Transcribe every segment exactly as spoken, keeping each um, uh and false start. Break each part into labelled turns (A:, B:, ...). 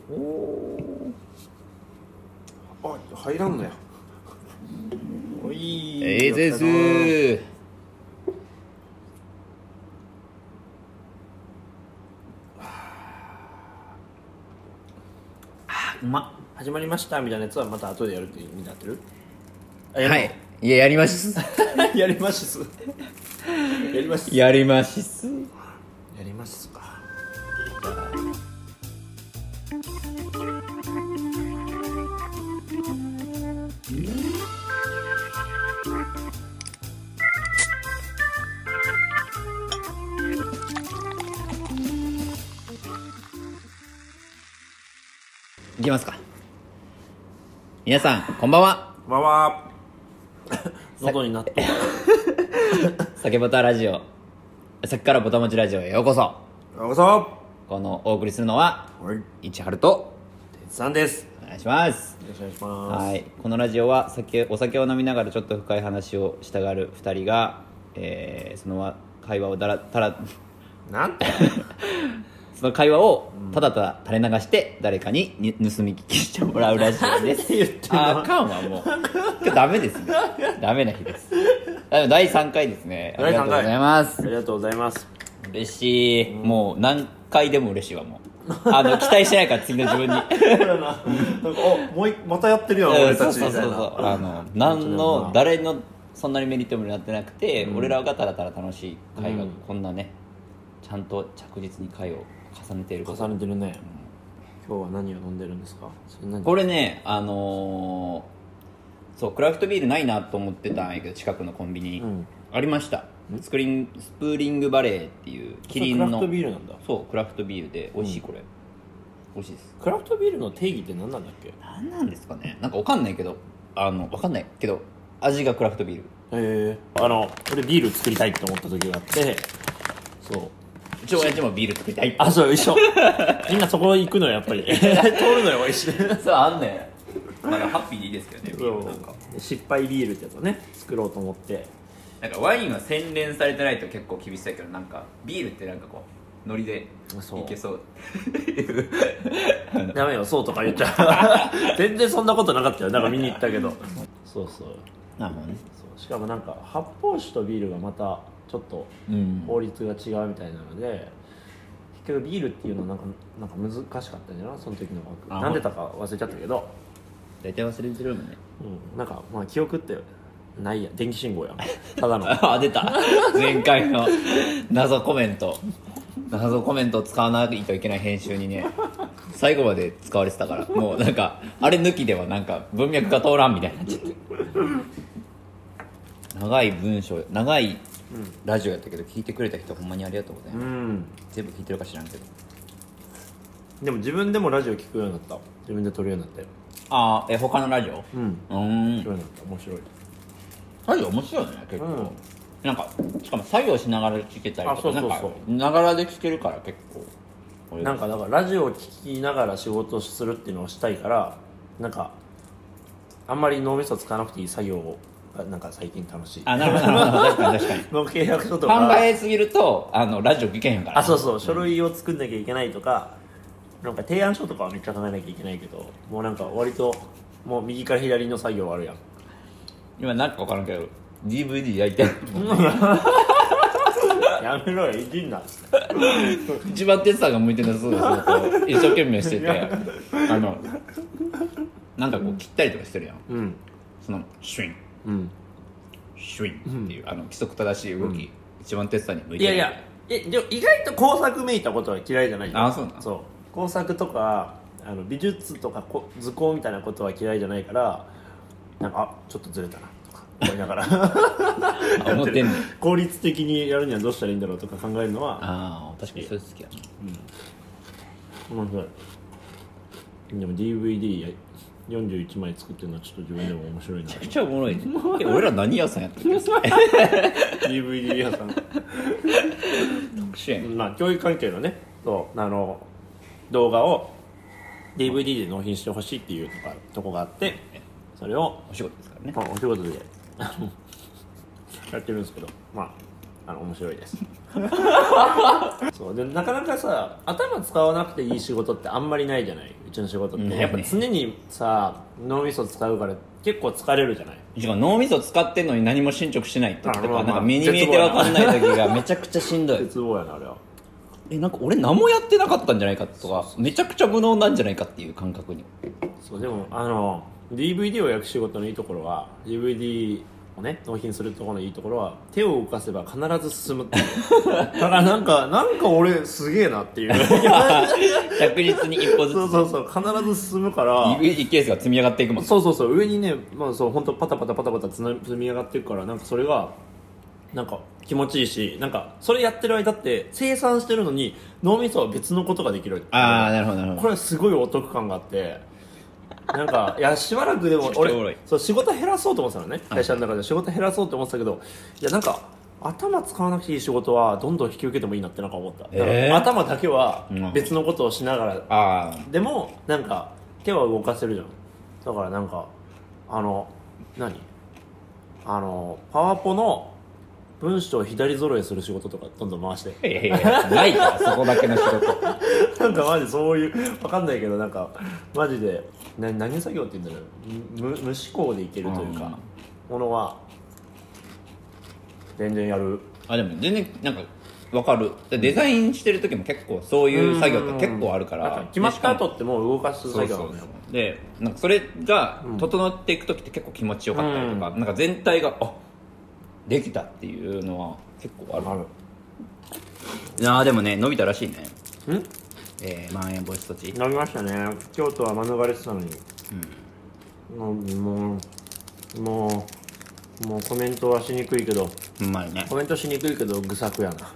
A: おあ入らんのやおい
B: ええですー。
A: うまっ。始まりましたみたいなやつはまた後でやるって意味になってる？あやるの
B: はい。いや、やりましす。
A: やりましすやりましす
B: やりましす。
A: やりましすか。
B: いきますか。皆さんこんばんは。
A: こんばんは。喉になって
B: 酒ボタラジオ、さっきからボタ持ちラジオへようこそ。
A: ようこそ。
B: このお送りするのは
A: はい
B: 市春と
A: 鉄さんです。
B: お願いします。
A: よろしくお願いします。
B: はい、このラジオは酒お酒を飲みながらちょっと深い話をしたがるふたりが、えーその会話をだらたら
A: なんて
B: その会話をただただ垂れ流して誰かにに盗み聞きしてもらうラジオです。
A: 言ってんの
B: ああかんわもう今日ダメですね。ダメな日です。あのだいさんかいですね。ありがとうございます
A: あ。りがとうございます。
B: 嬉しい、もう何回でも嬉しいわ。もうあの期待してないから次の自分に
A: なんかおもう一またやってるよ俺たちみたいな。
B: そうそうそうそうあの何の誰のそんなにメリットもなってなくて、うん、俺らがただただ楽しい会が、うん、こんなねちゃんと着実に会を重ねていること
A: 重ねてるね、うん、今日は何を飲んでるんですか？それ何？
B: これねあのー、そうクラフトビールないなと思ってたんやけど近くのコンビニに、うん、ありました。スクリンスプーリングバレーっていうキリンの
A: クラフトビールなんだ。
B: そうクラフトビールで美味しい、うん、これ美味しいです。
A: クラフトビールの定義って何なんだっけ？
B: 何なんですかね。なんか分かんないけどあの分かんないけど味がクラフトビール。
A: へえ。あの俺ビール作りたいと思った時があって、そう
B: うち親父もビール作りたいって。
A: あそう一緒みんなそこ行くのよやっぱり通るのよ一緒
B: そうあんねん。まだハッピーでいいですけどねビールなんか
A: 失敗ビールってやつをね作ろうと思って。
B: なんかワインは洗練されてないと結構厳しいけどなんかビールってなんかこうノリでいけそう
A: ダメよそうとか言っちゃう全然そんなことなかったよ。なんか見に行ったけどそうそう
B: なるほどね。
A: そうしかもなんか発泡酒とビールがまたちょっと法律が違うみたいなので、うん、結局ビールっていうのはなんかなんか難しかったんじゃないその時の枠。なんでたか忘れちゃったけど
B: 大体忘れてるもんね、
A: うん、なんかまあ記憶ってないや電気信号やただの
B: あ出た前回の謎コメント謎コメントを使わないといけない編集にね最後まで使われてたからもうなんかあれ抜きではなんか文脈が通らんみたいになっちゃって長い文章長いラジオやったけど聞いてくれた人ほんまにありがとうございます、うん、全部聞いてるか知らんけど
A: でも自分でもラジオ聞くようになった。自分で撮るようになったよ。
B: ああえ他のラジオ
A: うんうん聞くようになった。面白い
B: ラジオ面白いね結構、うん、なんかしかも作業しながら聞けたりとか
A: そうそうそう
B: なんかながらで聞けるから結構
A: なんかだからラジオを聞きながら仕事するっていうのをしたいからなんかあんまり脳みそ使わなくていい作業がなんか最近楽しい。
B: あなるほどなるほど確かに確かに
A: の契約書とか
B: 考えすぎるとあのラジオ聞けへんから
A: あそうそう、うん、書類を作んなきゃいけないとかなんか提案書とかはめっちゃ考えなきゃいけないけどもうなんか割ともう右から左の作業あるやん。
B: 今なんか分からんけど ディーブイディー 焼いてる
A: やめろよいじんな
B: 一番テツさんが向いてるそうですよ一生懸命しててあのなんかこう切ったりとかしてるやん、うん、そのシュイン、うん、シュインっていう、うん、あの規則正しい動き、うん、一番テツさんに向いてる。
A: いやいやえでも意外と工作めいたことは嫌いじゃない。
B: あそうなん
A: そう工作とかあの美術とかこ図工みたいなことは嫌いじゃないからなんかあちょっとずれたなとか思いながら思ってんの効率的にやるにはどうしたらいいんだろうとか考えるのは
B: ああ確かにそれ好きやな。
A: うん面白い。でも ディーブイディー よんじゅういちまい作ってるのはちょっと自分でも面白いな。めちゃく
B: ちゃおもろいね俺ら何屋さんやったっけディ
A: ーブイディー 屋さん特
B: 殊やね
A: まあ教育関係のねそうあの動画を ディーブイディー で納品してほしいっていうとかとこがあってそれを
B: お仕事ですからね。
A: お仕事でやってるんですけどまああの面白いですそうでなかなかさ頭使わなくていい仕事ってあんまりないじゃない、うちの仕事って、やっぱ常にさ脳みそ使うから結構疲れるじゃない。
B: しかも脳みそ使ってんのに何も進捗しない時とか、まあまあ、なんか目に見えて分かんない時がめちゃくちゃしんどい
A: 絶望やなあれは。
B: えなんか俺何もやってなかったんじゃないかとかめちゃくちゃ無能なんじゃないかっていう感覚に。
A: そうでもあの ディーブイディー を焼く仕事のいいところは ディーブイディー をね納品するところのいいところは手を動かせば必ず進むっていうだからなんかなんか俺すげえなっていう
B: 着実に一歩ずつ
A: そうそうそう必ず進むから
B: ディーブイディー ケースが積み上がっていくもん。
A: そうそうそう上にね、まあ、そう本当パタパタパタパタ積み上がっていくからなんかそれがなんか気持ちいいし、なんかそれやってる間って生産してるのに脳みそは別のことができる。
B: ああなるほどなるほど。
A: これすごいお得感があってなんかいやしばらくでも俺そう仕事減らそうと思ってたのね、会社の中で仕事減らそうと思ってたけど、いやなんか頭使わなくていい仕事はどんどん引き受けてもいいなってなんか思った。だから、えー、頭だけは別のことをしながら、
B: うん、
A: でもなんか手は動かせるじゃん。だからなんかあの何あのパワポの文章を左揃えする仕事とかどんどん回して
B: いやいやないからそこだけの仕事
A: なんかマジそういうわかんないけどなんかマジでな何作業って言うんだろう、無無思考でいけるというか、うん、ものは全然やる。
B: あでも全然なんか分かる。デザインしてる時も結構そういう作業って結構あるから、
A: なんか決まった後ってもう動かす作業なんだよ。
B: でなんかそれが整っていく時って結構気持ちよかったりとか、うん、なんか全体があできたっていうのは結構ある。ある。いやでもね伸びたらしいね。
A: ん？
B: えー、まん延防止措置
A: 伸びましたね。京都は免れてたのに、うん、もうもうもうもうコメントはしにくいけど、
B: うまいね。
A: コメントしにくいけど愚策やな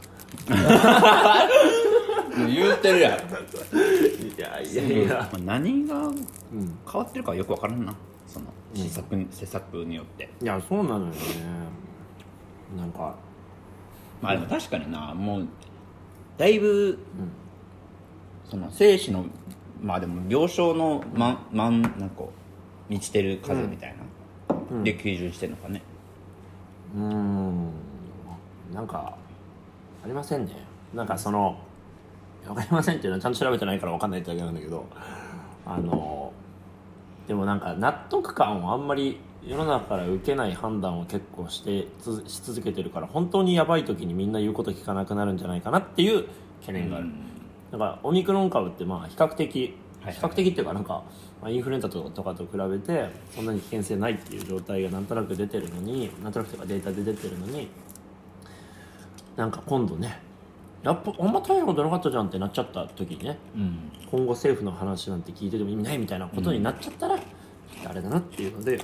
B: 言うてるやん。い
A: やいやいや、
B: 何が変わってるかよく分からんな、その施策、うん、施策によって。
A: いやそうなのよね。なんか
B: まあでも確かにな、もうだいぶ、うん、その生死のまあでも病床のままんなんか満ちてる数みたいな、うん、で基準してるのかね。
A: うーんなんかありませんね。なんかその分かりませんっていうのはちゃんと調べてないから分かんないってだけなんだけど、あのでもなんか納得感をあんまり世の中から受けない判断を結構してし続けてるから、本当にやばい時にみんな言うこと聞かなくなるんじゃないかなっていう懸念がある。だからオミクロン株ってまあ比較的比較的っていうかなんかインフルエンザとかと比べてそんなに危険性ないっていう状態がなんとなく出てるのに、なんとなくというかデータで出てるのに、なんか今度ねやっぱあんま大変なことなかったじゃんってなっちゃった時にね、うん、今後政府の話なんて聞いてても意味ないみたいなことになっちゃったら、うん、あれだなっていうので、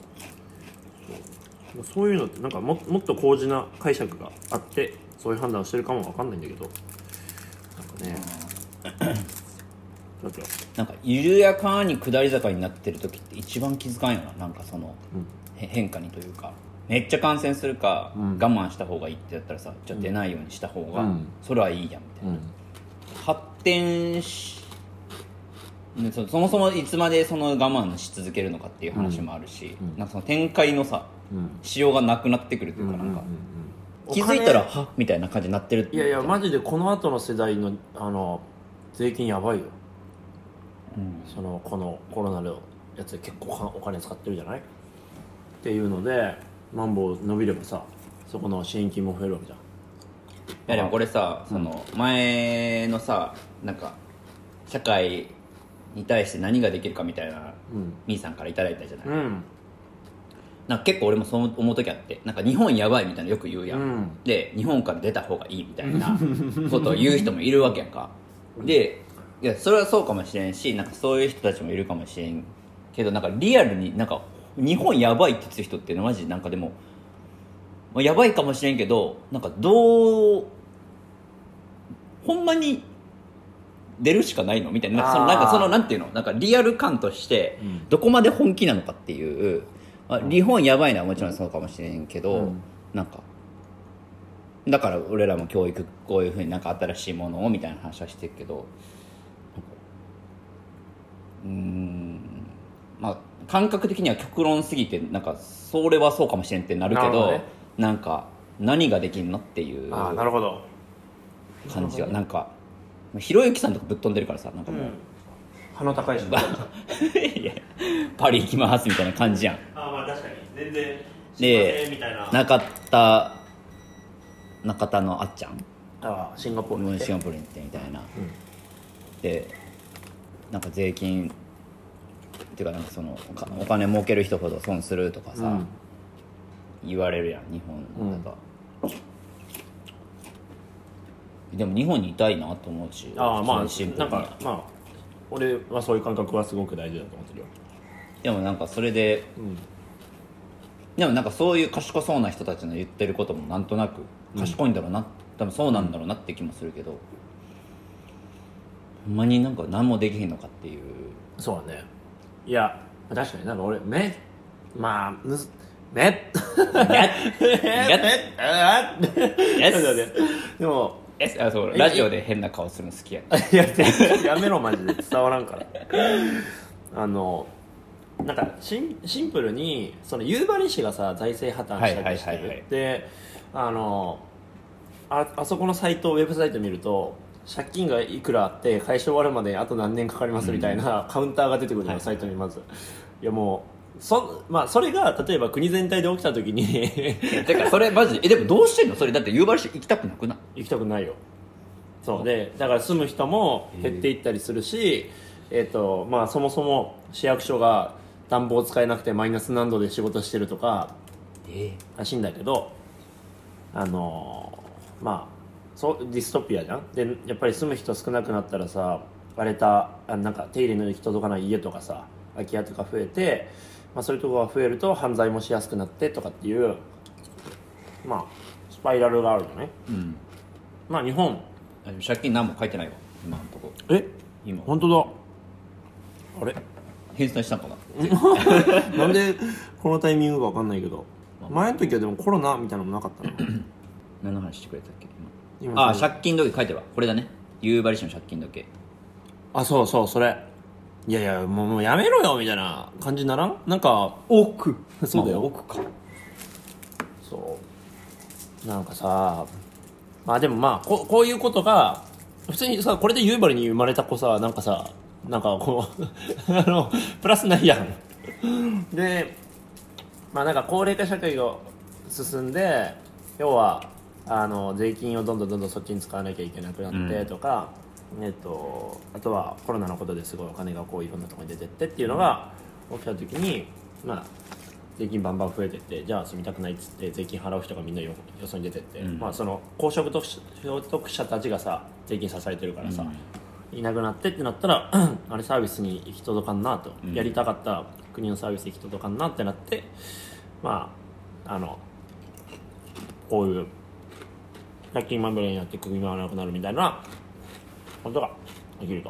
A: そう、そういうのってなんか も, もっと高次な解釈があってそういう判断をしてるかもわかんないんだけど、なんかねちょっと
B: なんか緩やかに下り坂になってる時って一番気づかんよな、なんかその、うん、変化にというか、めっちゃ感染するか、うん、我慢した方がいいってやったらさ、じゃあ出ないようにした方が、うん、それはいいやんみたいな、うん、発展しそ, そもそもいつまでその我慢し続けるのかっていう話もあるし、うん、なんかその展開のさ、うん、しようがなくなってくるというか、なんか、うん、気づいたらはみたいな感じになってるって。
A: いやいやマジでこの後の世代のあの税金やばいよ、うん、そのこのコロナのやつで結構お金使ってるじゃないっていうので、マンボウ伸びればさそこの支援金も増えるわけじゃん。
B: いやでもこれさ、その前のさなんか社会に対して何ができるかみたいな、うん、みーさんからいただいたじゃない、うん、なんか結構俺もそう思う時あって、なんか日本やばいみたいなのよく言うやん、うん、で日本から出た方がいいみたいなことを言う人もいるわけやんかでいやそれはそうかもしれんし、なんかそういう人たちもいるかもしれんけど、なんかリアルになんか日本やばいって言ってる人っていうのはマジでなんかでも、まあ、やばいかもしれんけど、なんかどうほんまに出るしかないのみたいな、そのなんかそのなんていうの、なんかリアル感としてどこまで本気なのかっていう、まあ、日本やばいのはもちろんそうかもしれんけど、うん、なんかだから俺らも教育こういうふうになんか新しいものをみたいな話はしてるけど、うーんまあ感覚的には極論すぎてなんかそれはそうかもしれんってなるけど、なるほどね、なんか何ができんのっていう
A: ああなるほど
B: 感じがなんかひろゆきさんとかぶっ飛んでるからさなんかもう、うん、
A: 鼻高いし
B: いやパリ行きますみたいな感じやん。
A: あまあ確かに全然
B: で
A: みたいな
B: 中田中田のあっちゃん
A: あシンガポール
B: シンガポールに行ってみたいな、うん、でなんか税金っていうかなんかそのお金儲ける人ほど損するとかさ、うん、言われるやん日本なんか、うん、でも日本にいたいなと思うし
A: あまあなんかまあ俺はそういう感覚はすごく大事だと思ってるよ。
B: でもなんかそれで、うん、でもなんかそういう賢そうな人たちの言ってることもなんとなく賢いんだろうな、うん、多分そうなんだろうなって気もするけど、ほんまになんか何もできへんのかっていう。
A: そうだね。いや確かになんか俺目まあむず目やっやっでも
B: あそうラジオで変な顔するの好きやね
A: いややめろマジで伝わらんからあのなんかシン、シンプルにその夕張市がさ財政破綻したりしてる、はいはいはいはい、であの あ, あそこのサイトウェブサイト見ると借金がいくらあって返し終わるまであと何年かかりますみたいなカウンターが出てくるの、うん、サイトにまずいやもう そ,、まあ、それが例えば国全体で起きた時に
B: てかそれマジえでもどうしてんのそれだって夕張市行きたくなくない
A: 行きたくないよそうでだから住む人も減っていったりするし、えーとまあ、そもそも市役所が暖房使えなくてマイナス何度で仕事してるとからしいんだけどあのー、まあそうディストピアじゃんでやっぱり住む人少なくなったらさ荒れたあなんか手入れの行き届かない家とかさ空き家とか増えて、まあ、そういうところが増えると犯罪もしやすくなってとかっていうまあスパイラルがあるよね、うん、まあ日本
B: 借金何も書いてないわ今のとこ
A: え今本当だあれ
B: 返済したんかな
A: なんでこのタイミングか分かんないけど前の時はでもコロナみたいなのもなかったの
B: 何の話してくれたっけ今あ借金時計書いてるわこれだね夕張市の借金時計
A: あそうそうそれいやいやもう、もうやめろよみたいな感じにならんなんか
B: 奥
A: そうだよ、
B: まあ、奥か
A: そうなんかさまあでもまあ こ, こういうことが普通にさこれで夕張に生まれた子さなんかさなんかこうあのプラスないやんでまあなんか高齢化社会が進んで要はあの税金をどんどんどんどんそっちに使わなきゃいけなくなってとか、うんえっと、あとはコロナのことですごいお金がこういろんなところに出てってっていうのが起きた時に、まあ、税金バンバン増えてってじゃあ住みたくないっつって税金払う人がみんなよそに出てって、うんまあ、その高所得者たちがさ税金支えてるからさ、うん、いなくなってってなったらあれサービスに行き届かんなと、うん、やりたかった国のサービス行き届かんなってなってまああのこういう借金まみれになって首回らなくなるみたいなことができると、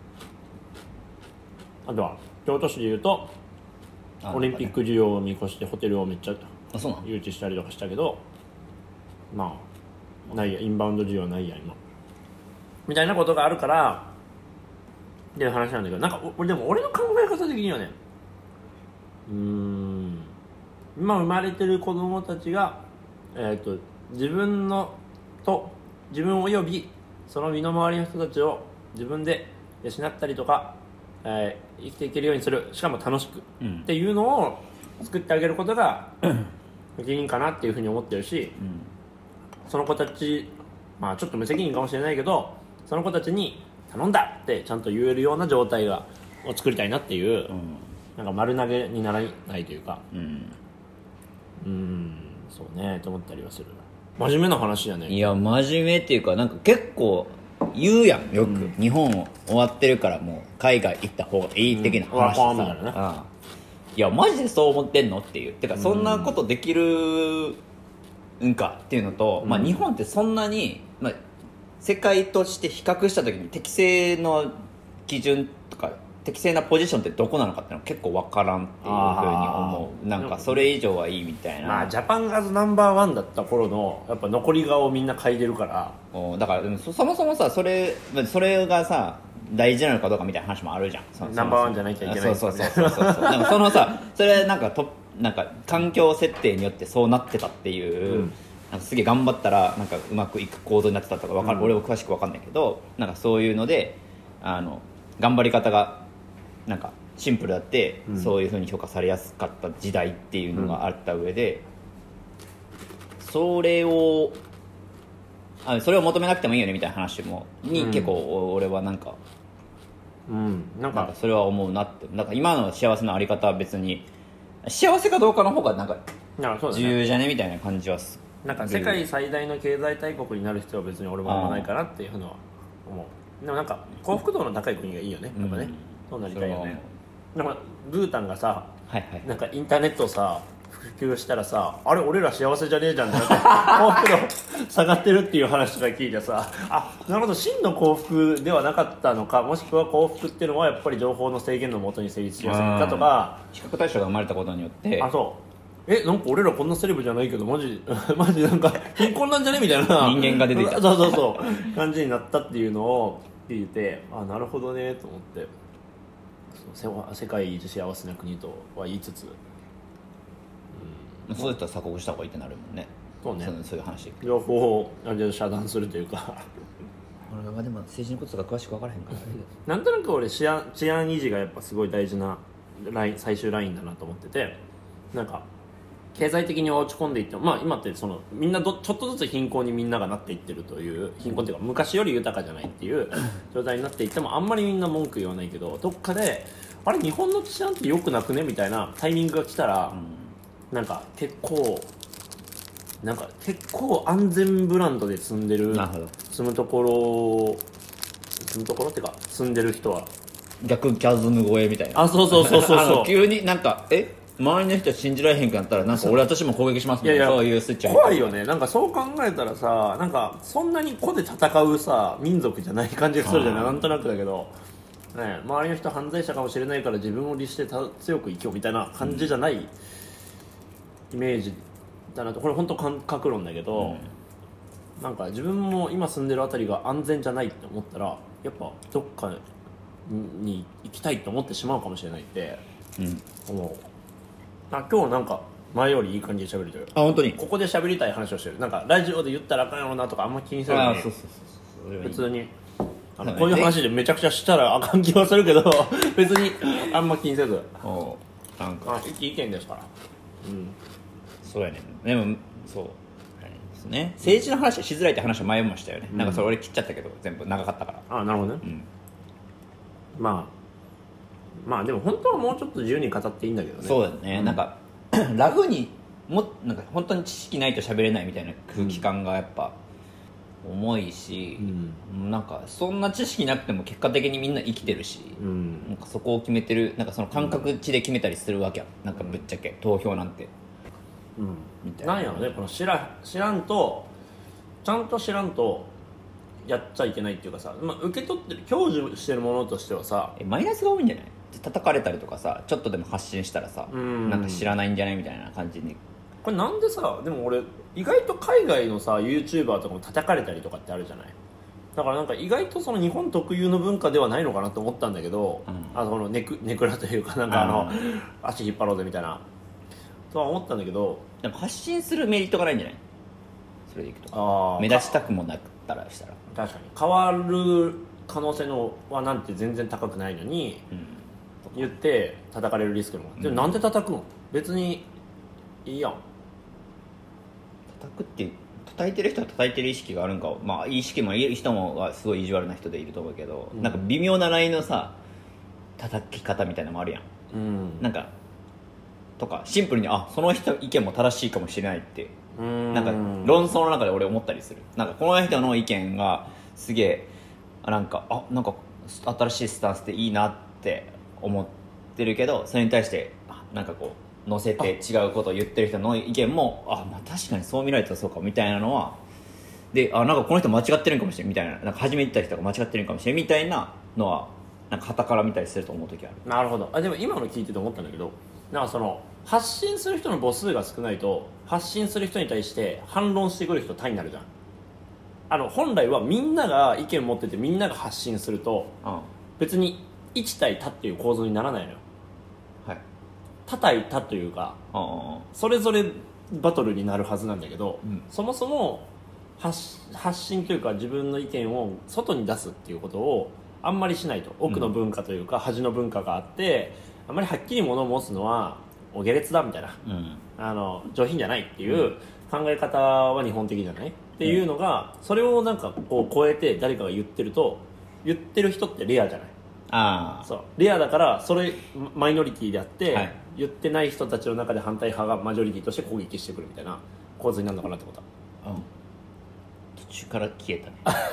A: うん、あとは京都市でいうとオリンピック需要を見越してホテルをめっちゃ誘致したりとかしたけどまあないやインバウンド需要ないや今みたいなことがあるからっていう話なんだけどなんか俺でも俺の考え方的にはねうーん今生まれてる子供たちが、えー、と自分のと自分およびその身の回りの人たちを自分で養ったりとか、えー、生きていけるようにするしかも楽しく、うん、っていうのを作ってあげることが責任かなっていうふうに思ってるし、うん、その子たちまあちょっと無責任かもしれないけどその子たちに頼んだってちゃんと言えるような状態がを作りたいなっていう、うん、なんか丸投げにならないというかうんうーんそうねと思ったりはする真面目な話やね
B: いや真面目っていうかなんか結構言うやんよく、うん、日本終わってるからもう海外行った方がいい的な話さ、うん、ね、ああいやマジでそう思ってんのっていうてかそんなことできるんかっていうのと、うん、まあ日本ってそんなに、まあ、世界として比較した時に適正の基準とか適正なポジションってどこなのかっていうのは結構分からんっていうふうに思うなんかそれ以上はいいみたいな
A: まあジャパンガズナンバーワンだった頃のやっぱ残り顔をみんな嗅いでるから
B: だからでも そ, そもそもさそれそれがさ大事なのかどうかみたいな話もあるじゃんそ
A: ナンバーワンじゃなきゃいけない
B: そうそうそうそうそうそのさそれなんかとなんか環境設定によってそうなってたっていうなんかすげえ頑張ったらなんかうまくいく構造になってたとかわかる、うん、俺は詳しく分かんないけど、なんかそういうのであの頑張り方がなんかシンプルだって、うん、そういう風に評価されやすかった時代っていうのがあった上で、うん、それをあそれを求めなくてもいいよねみたいな話もに、うん、結構俺はなんか、
A: うん、なんか
B: それは思うなって。なんか今の幸せのあり方は別に幸せかどうかの方がなんか重要じゃねみたいな感じはす
A: る。なんか世界最大の経済大国になる必要は別に俺もあんまないかなっていうのは思う。でもなんか幸福度の高い国がいいよね、やっぱね、うん、そうなりたいよね。だからブータンがさ、はいはい、なんかインターネットをさ普及したらさ、あれ俺ら幸せじゃねえじゃんって幸福度下がってるっていう話とか聞いてさ、あ、なるほど、真の幸福ではなかったのか、もしくは幸福っていうのはやっぱり情報の制限のもとに成立しやすいかとか、
B: 比較対象が生まれたことによって、
A: あ、そうえ、なんか俺らこんなセレブじゃないけどマジマジなんか貧困なんじゃねみたいな
B: 人間が出てきた
A: そうそうそう感じになったっていうのを聞いて、あ、なるほどねと思って、世界一幸せな国とは言いつつ、
B: うん、そういったら鎖国した方がいいってなるもんね。
A: そうね、
B: そういう話
A: 情報をあれで遮断するというか
B: 俺はでも政治のこととか詳しく分からへんから
A: なんとなく俺治安、治安維持がやっぱすごい大事なライン、最終ラインだなと思ってて、なんか経済的に落ち込んでいっても、まあ今ってそのみんなどちょっとずつ貧困にみんながなっていってるという、貧困っていうか昔より豊かじゃないっていう状態になっていってもあんまりみんな文句言わないけど、どっかであれ日本の治安って良くなくねみたいなタイミングが来たら、うん、なんか結構なんか結構安全ブランドで住んでる、住むところ住むところっていうか住んでる人は
B: 逆キャズム超えみたいな、
A: あ、そうそうそうそうそう
B: 急になんかえ周りの人は信じられへんくなったらなんか俺私も攻撃しますみたいな、そういうスイッチ
A: 怖いよね。なんかそう考えたらさ、なんかそんなに個で戦うさ民族じゃない感じがするじゃない、なんとなくだけど、ね、周りの人犯罪者かもしれないから自分を律してた強く生きようみたいな感じじゃないイメージだなと。これ本当感覚論だけど、うん、なんか自分も今住んでるあたりが安全じゃないって思ったらやっぱどっかに行きたいと思ってしまうかもしれないって、うん、思う。あ、今日なんか前よりいい感じで喋れてる。
B: あ、本当に
A: ここで喋りたい話をしてる。なんかラジオで言ったらあかんやろなとかあんま気にせずに、
B: あ、そうそうそうそう、
A: 普通にあのこういう話でめちゃくちゃしたらあかん気はするけど別にあんま気にせず、おなんかあ意見ですから、
B: うん、そうやね。でもそうですね、政治の話はしづらいって話は前もしたよね、うん、なんかそれ俺切っちゃったけど全部長かったから。
A: あ、なるほどね、うん、まあまあでも本当はもうちょっと自由に語っていいんだけどね。
B: そうだね、うん、なんかラフにもなんか本当に知識ないと喋れないみたいな空気感がやっぱ重いし、うん、なんかそんな知識なくても結果的にみんな生きてるし、うん、なんかそこを決めてる、なんかその感覚値で決めたりするわけや、なんかぶっちゃけ投票なんて、
A: うん、みたいな。なんやろね、この知ら知らんとちゃんと知らんとやっちゃいけないっていうかさ、まあ、受け取ってる享受してるものとしてはさ、
B: えマイナスが多いんじゃない？叩かれたりとかさ、ちょっとでも発信したらさ、んなんか知らないんじゃないみたいな感じに。
A: これなんでさ、でも俺意外と海外のさ YouTuber とかも叩かれたりとかってあるじゃない。だからなんか意外とその日本特有の文化ではないのかなと思ったんだけど、うん、あのこのネクネクラというかなんかあの足引っ張ろうぜみたいなとは思ったんだけど、
B: でも発信するメリットがないんじゃない？それでいくとあ目立ちたくもなったらしたら
A: 確かに変わる可能性のはなんて全然高くないのに、うん言って叩かれるリスクも、うん、でもなんで叩くの？別にいいやん。
B: 叩くって叩いてる人は叩いてる意識があるんか、まあ意識もいる人もすごい意地悪な人でいると思うけど、うん、なんか微妙なラインのさ叩き方みたいなのもあるやん、うん、なんかとかシンプルにあその人意見も正しいかもしれないってうんなんか論争の中で俺思ったりする。なんかこの人の意見がすげえなんかあなんか新しいスタンスでいいなって思ってるけど、それに対してなんかこう乗せて違うことを言ってる人の意見もあ、まあ、確かにそう見られたらそうかみたいなのはで、あなんかこの人間違ってるんかもしれんみたいな、なんか初めて言った人が間違ってるんかもしれんみたいなのはなんか傍から見たりすると思う時ある。
A: なるほど。あでも今の聞いてて思ったんだけど、なんかその発信する人の母数が少ないと発信する人に対して反論してくる人単になるじゃん。あの本来はみんなが意見持っててみんなが発信すると、うん、別にいち対多っていう構造にならないのよ。はい。多対多というか、うん、それぞれバトルになるはずなんだけど、
B: うん、
A: そもそも 発, 発信というか自分の意見を外に出すっていうことをあんまりしないと、奥の文化というか、うん、恥の文化があって、あんまりはっきり物を申すのはお下劣だみたいな、うん、あの上品じゃないっていう考え方は日本的じゃないっていうのが、それをなんかこう超えて誰かが言ってると、言ってる人ってレアじゃない。
B: あ
A: そうレアだから、それマイノリティであって、はい、言ってない人たちの中で反対派がマジョリティとして攻撃してくるみたいな構図になるのかなってこと。
B: うん、途中から消えたね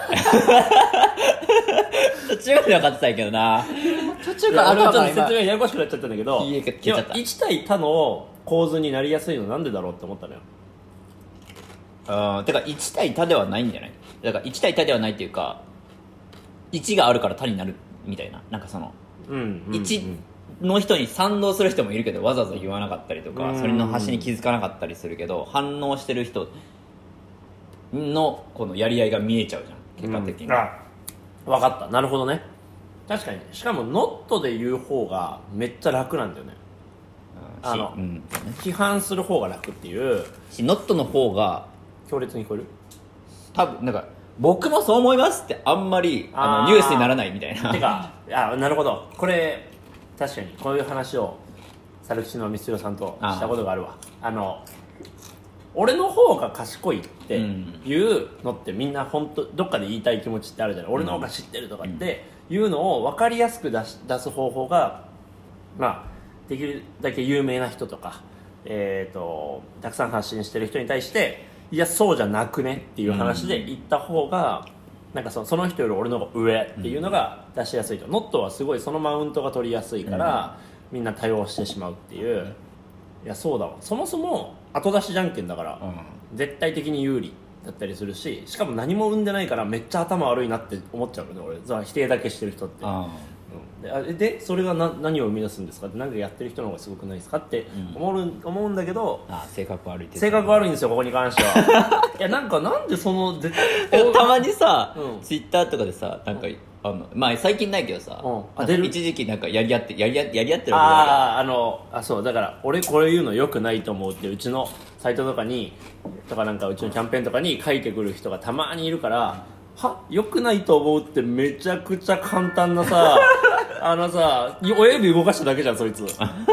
B: 途中まで分かってたんやけどな
A: 途中からあるちょっと説明ややこしくなっちゃったんだけど、
B: 消えちゃった。
A: いち対多の構図になりやすいのなんでだろうって思ったのよ。
B: あてかいち対多ではないんじゃない。だからいち対多ではないっていうか、いちがあるから多になるみたいな、なんかその、うんうんうん、いちの人に賛同する人もいるけどわざわざ言わなかったりとか、それの端に気づかなかったりするけど、反応してる人のこのやり合いが見えちゃうじゃん、結果的に、うん、あ
A: 分かった、なるほどね。確かに、しかもノットで言う方がめっちゃ楽なんだよね。あの、うん、批判する方が楽っていう
B: し、ノットの方が
A: 強烈に聞こえる。
B: 多分なんか僕もそう思いますってあんまりあのニュースにならないみたいな。
A: てかあなるほど、これ確かにこういう話を猿吉のみつよさんとしたことがあるわ。あの俺の方が賢いっていうのってみんな本当どっかで言いたい気持ちってあるじゃない。俺の方が知ってるとかっていうのを分かりやすく出し出す方法が、まあ、できるだけ有名な人とか、えーと、たくさん発信してる人に対していやそうじゃなくねっていう話で言った方が、なんか そ, その人より俺の方が上っていうのが出しやすいと。ノットはすごいそのマウントが取りやすいから、みんな多用してしまうっていう。いやそうだわ、そもそも後出しじゃんけんだから、うん、絶対的に有利だったりするし、しかも何も生んでないからめっちゃ頭悪いなって思っちゃうのね、俺。否定だけしてる人って、うん、で, でそれがな何を生み出すんですかって、何かやってる人の方がすごくないですかって思う、うん、思うんだけど、
B: あ性格悪いって
A: 性格悪いんですよ、ここに関してはいやなんかなんでその絶
B: 対たまにさ、うん、ツイッターとかでさ、なんか、うん、あのまあ最近ないけどさ、うん、あ出る一時期なんかやり合ってやり合やり合ってるわけだから、
A: ああのあそうだから俺これ言うのよくないと思うってうちのサイトとかにとかなんかうちのキャンペーンとかに書いてくる人がたまにいるから、はよくないと思うってめちゃくちゃ簡単なさあのさ親指動かしただけじゃんそいつ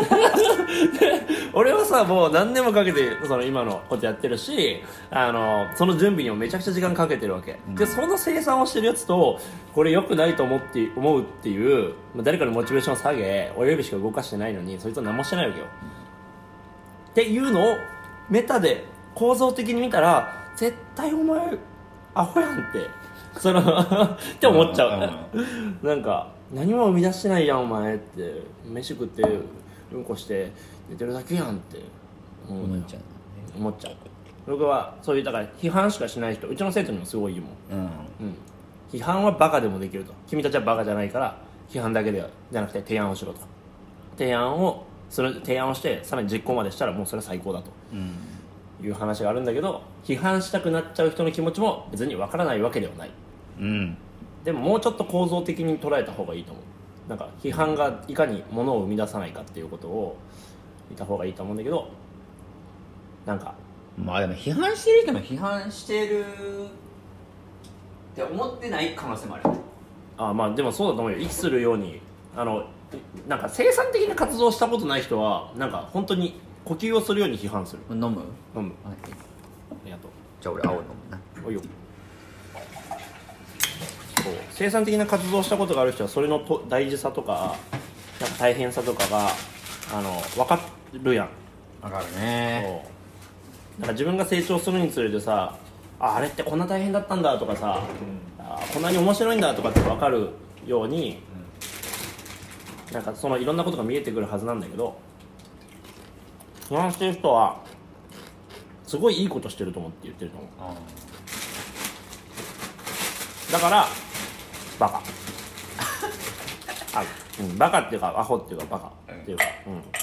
A: 俺はさもう何年もかけてその今のことやってるし、あのその準備にもめちゃくちゃ時間かけてるわけ、うん、でその生産をしてるやつとこれ良くないと思って思うっていう、まあ、誰かのモチベーションを下げ親指しか動かしてないのにそいつは何もしてないわけよ、うん、っていうのをメタで構造的に見たら絶対お前アホやんってそのって思っちゃう、うんうん、なんか何も生み出してないやんお前って、飯食ってうんこして寝てるだけやんって
B: 思っちゃう、ね、
A: 思っちゃう。僕はそういうだから批判しかしない人、うちの生徒にもすごい言うもん、うんうん、批判はバカでもできると。君たちはバカじゃないから批判だけでじゃなくて提案をしろと。提案をそれ提案をしてさらに実行までしたらもうそれは最高だと、うん、いう話があるんだけど、批判したくなっちゃう人の気持ちも別にわからないわけではない、うん、でももうちょっと構造的に捉えた方がいいと思う。なんか批判がいかにものを生み出さないかっていうことを見た方がいいと思うんだけど、なんか
B: まあでも批判してる人も批判してるって思ってない可能性もあるよね。
A: あまあでもそうだと思うよ。息するようにあのなんか生産的な活動をしたことない人はなんか本当に呼吸をするように批判する。
B: 飲む飲む、
A: はい、ありがとう。
B: じゃあ俺青飲むな。
A: おいよ。そう生産的な活動をしたことがある人はそれのと大事さとかなんか大変さとかがあの分かるやん。
B: 分かるね。
A: そうなんか自分が成長するにつれてさ、あ、あれってこんな大変だったんだとかさ、うん、あこんなに面白いんだとかって分かるように、うん、なんかそのいろんなことが見えてくるはずなんだけど、批判してる人はすごいいいことしてると思って言ってると思う。だからバカあ、うん、バカっていうかアホっていうかバカっていうか、うんうん、い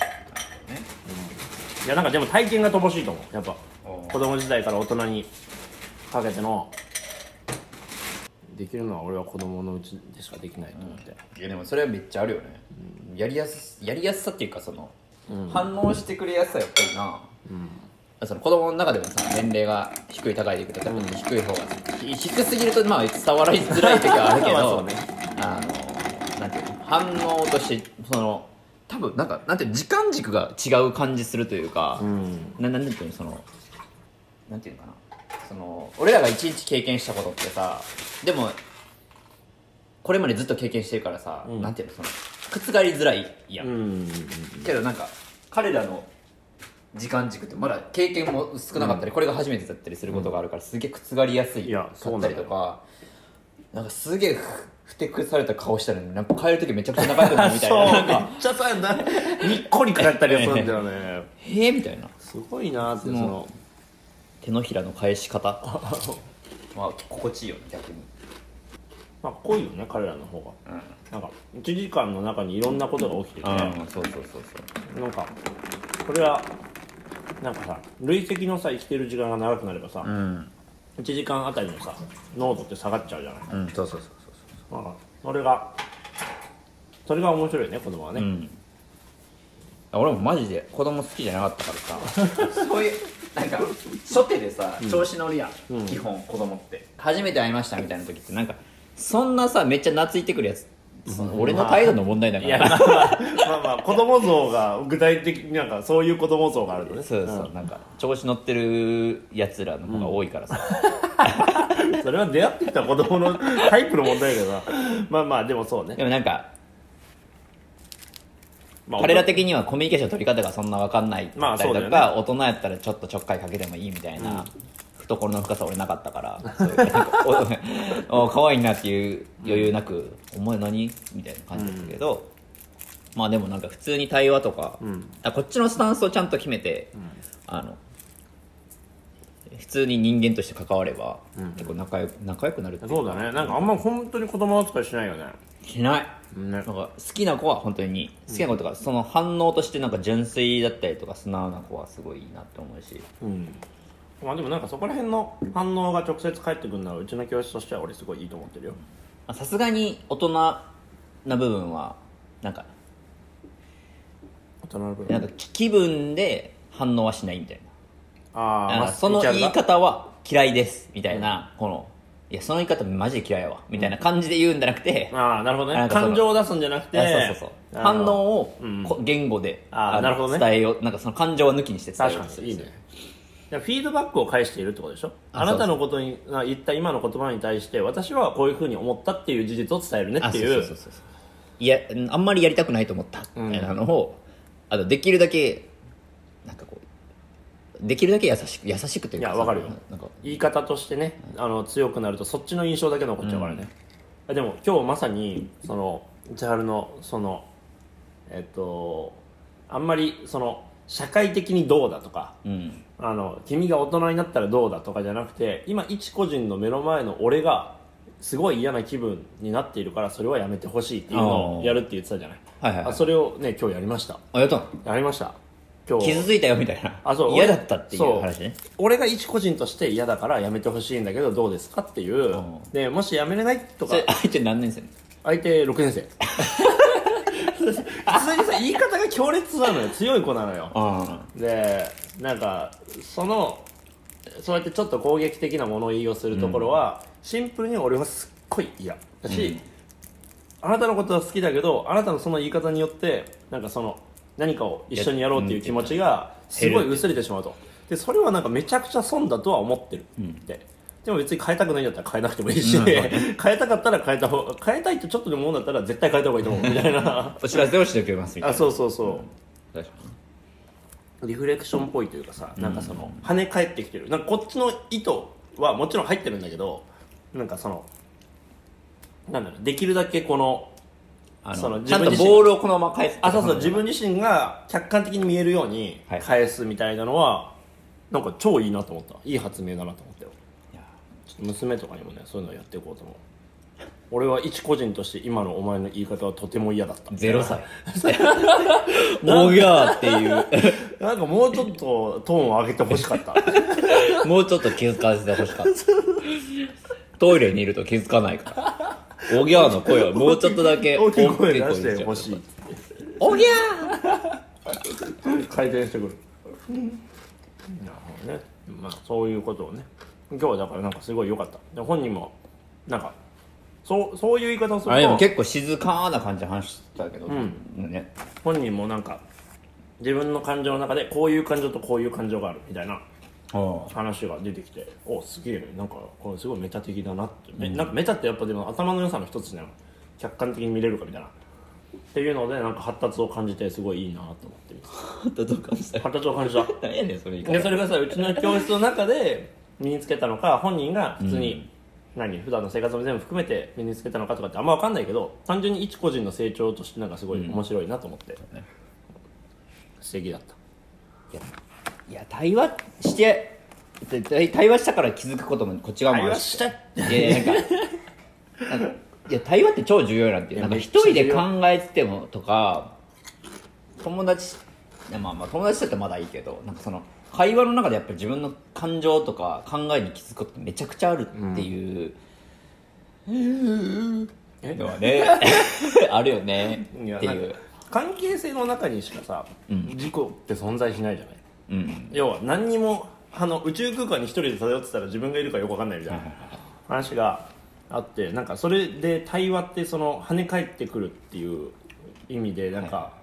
A: やなんかでも体験が乏しいと思う。やっぱ子供時代から大人にかけてのできるのは俺は子供のうちでしかできないと思って、
B: うん、いやでもそれはめっちゃあるよね、うん、やりやすやりやすさっていうかその、うん、反応してくれやすさやっぱりな、うん、 その子供の中でもさ年齢が低い高いでいくと、うん、低い方が低すぎるとまあ伝わりづらい時はあるけどそう、ね、あのなんていうの反応としてその多分なんかなんていう時間軸が違う感じするというか、うん、ななんていうのそのなんていうのかなその俺らがいちいち経験したことってさでもこれまでずっと経験してるからさ、うん、なんていうのその覆りづらいやん、うん、けどなんか彼らの時間軸ってまだ経験も少なかったり、うん、これが初めてだったりすることがあるからすげえ覆りやすいかったりとかなんかすげえふてくされた顔したのになんか帰る時めちゃくちゃ仲良くなるみたいな
A: そうめっちゃさにっこり帰ったりするんだよね
B: へえみたいな
A: すごいなってその
B: 手のひらの返し方まあ心地いいよね逆に
A: まあ濃いよね彼らの方が、うん、なんかいちじかんの中にいろんなことが起きてて、うん、そうそうそうそうなんかこれはなんかさ累積のさ生きてる時間が長くなればさ、うん、いちじかんあたりのさ濃度って下がっちゃうじゃない、
B: うん、そうそうそう
A: そうまあそれがそれが面白いね子供はね、うん、
B: 俺もマジで子供好きじゃなかったからさそういうなんか初手でさ、うん、調子乗るやん、うん、基本子供って初めて会いましたみたいな時ってなんかそんなさめっちゃ懐いてくるやつ俺の態度の問題だから、
A: まあ、いやまあまあまあ子供像が具体的になんかそういう子供像があるとね
B: そうそう、うん、なんか調子乗ってるやつらの方が多いからさ、
A: うん、それは出会ってきた子供のタイプの問題だけどなまあまあでもそうね
B: でもなんか、まあ、彼ら的にはコミュニケーションの取り方がそんな分かんないったりとか、まあね、大人やったらちょっとちょっかいかけてもいいみたいな、うん懐の深さ俺なかったからそういうお可愛いなっていう余裕なく、うん、お前何みたいな感じだったけど、うん、まあでもなんか普通に対話とか、うん、あこっちのスタンスをちゃんと決めて、うん、あの普通に人間として関われば、うん、結構仲良く仲良くなるっていうか
A: そうだねなんかあんま本当に子供扱いしないよね
B: しない、ね、なんか好きな子は本当に好きな子とか、うん、その反応としてなんか純粋だったりとか素直な子はすごいいいなって思うし、うん
A: まあでもなんかそこら辺の反応が直接返ってくるのはうちの教室としては俺すごいいいと思ってるよ
B: さすがに大人な部分はなんか
A: 大人の部分
B: なんか気分で反応はしないみたいなあ、まあ、その言い方は嫌いですみたいな、うん、このいやその言い方マジで嫌いやわみたいな感じで言うんじゃなくて、
A: うん、ああなるほどね感情を出すんじゃなくて
B: そうそうそう反応を言語で、うん、あなるほど、ね、伝えようなんかその感情は抜きにして伝えよう
A: 確かにいいねフィードバックを返しているってことでしょ あ, あなたのことに言った今の言葉に対して私はこういうふうに思ったっていう事実を伝えるねっていう
B: いやあんまりやりたくないと思ったみたいなのを、うん、あとできるだけなんかこうできるだけ優しく優しくというか
A: いや分かるよなんか言い方としてね、うん、あの強くなるとそっちの印象だけ残っちゃうからね、うん、でも今日まさにその千春のそのえっとあんまりその社会的にどうだとか、うん、あの君が大人になったらどうだとかじゃなくて今一個人の目の前の俺がすごい嫌な気分になっているからそれはやめてほしいっていうのをやるって言ってたじゃない、はいはいはい、あそれをね今日やりました
B: あやったの
A: やりました今日
B: 傷ついたよみたいなあそう嫌だったっていう話ね
A: 俺が一個人として嫌だからやめてほしいんだけどどうですかっていうでもしやめれないとか
B: 相手何年生
A: 相手ろくねん生普通にさ言い方が強烈なのよ強い子なのよ、うん、でなんかそのそうやってちょっと攻撃的な物言いをするところは、うん、シンプルに俺はすっごい嫌だし、うん、あなたのことは好きだけどあなたのその言い方によってなんかその何かを一緒にやろうっていう気持ちがすごい薄れてしまうとでそれはなんかめちゃくちゃ損だとは思ってる、うん、ででも別に変えたくないんだったら変えなくてもいいし、うん、変えたかったら変えた方が変えたいってちょっとでも思うんだったら絶対変えた方がいいと思うみたいな
B: お知らせをしておきますみたいな
A: あそうそうそう、うん、確かにリフレクションっぽいというかさ、うん、なんかその跳ね返ってきてるなんかこっちの意図はもちろん入ってるんだけどなんかそのなんだろうできるだけこの
B: あのそのちゃんとボールをこのまま返す
A: あそうそう自分自身が客観的に見えるように返すみたいなのは、はい、なんか超いいなと思ったいい発明だなと思ったよ娘とかにもねそういうのをやっていこうと思う俺は一個人として今のお前の言い方はとても嫌だった
B: ゼロさいおぎゃーっていう
A: なんかもうちょっとトーンを上げてほしかった
B: もうちょっと気づかせてほしかったトイレにいると気づかないからおぎゃーの声はもうちょっとだけ
A: 大きい声出してほしい
B: おぎゃ
A: ー回転してくるなるほどね。まあそういうことをね今日はだからなんかすごい良かった。で本人もなんかそうそういう言い方をすると
B: あでも結構静かな感じで話してたけど、
A: うん
B: ね、
A: 本人もなんか自分の感情の中でこういう感情とこういう感情があるみたいな話が出てきて、おすげえなんかこれすごいメタ的だなって、うん、なんかメタってやっぱでも頭の良さの一つじゃん。客観的に見れるかみたいなっていうのでなんか発達を感じてすごいいいなと思って
B: 発達を感じた
A: 発達を感じた
B: 何やねんそれ
A: でそれがさうちの教室の中で身につけたのか本人が普通に、うん、何普段の生活も全部含めて身につけたのかとかってあんま分かんないけど単純に一個人の成長としてなんかすごい面白いなと思って、うん、素敵だった。
B: いや、いや対話して対話したから気づくこともこっち側もあるし、対話したっていやなんかなんかいや対話って超重要なんていうなんか一人で考えててもとか友達まあまあ友達だったらまだいいけどなんかその会話の中でやっぱり自分の感情とか考えに気づくことってめちゃくちゃあるっていう、うん、のはねあるよねっていう
A: 関係性の中にしかさ、うん、自己って存在しないじゃない、うん、要は何にもあの宇宙空間に一人で漂ってたら自分がいるかよく分かんないみたいな話があってなんかそれで対話ってその跳ね返ってくるっていう意味でなんか、はい、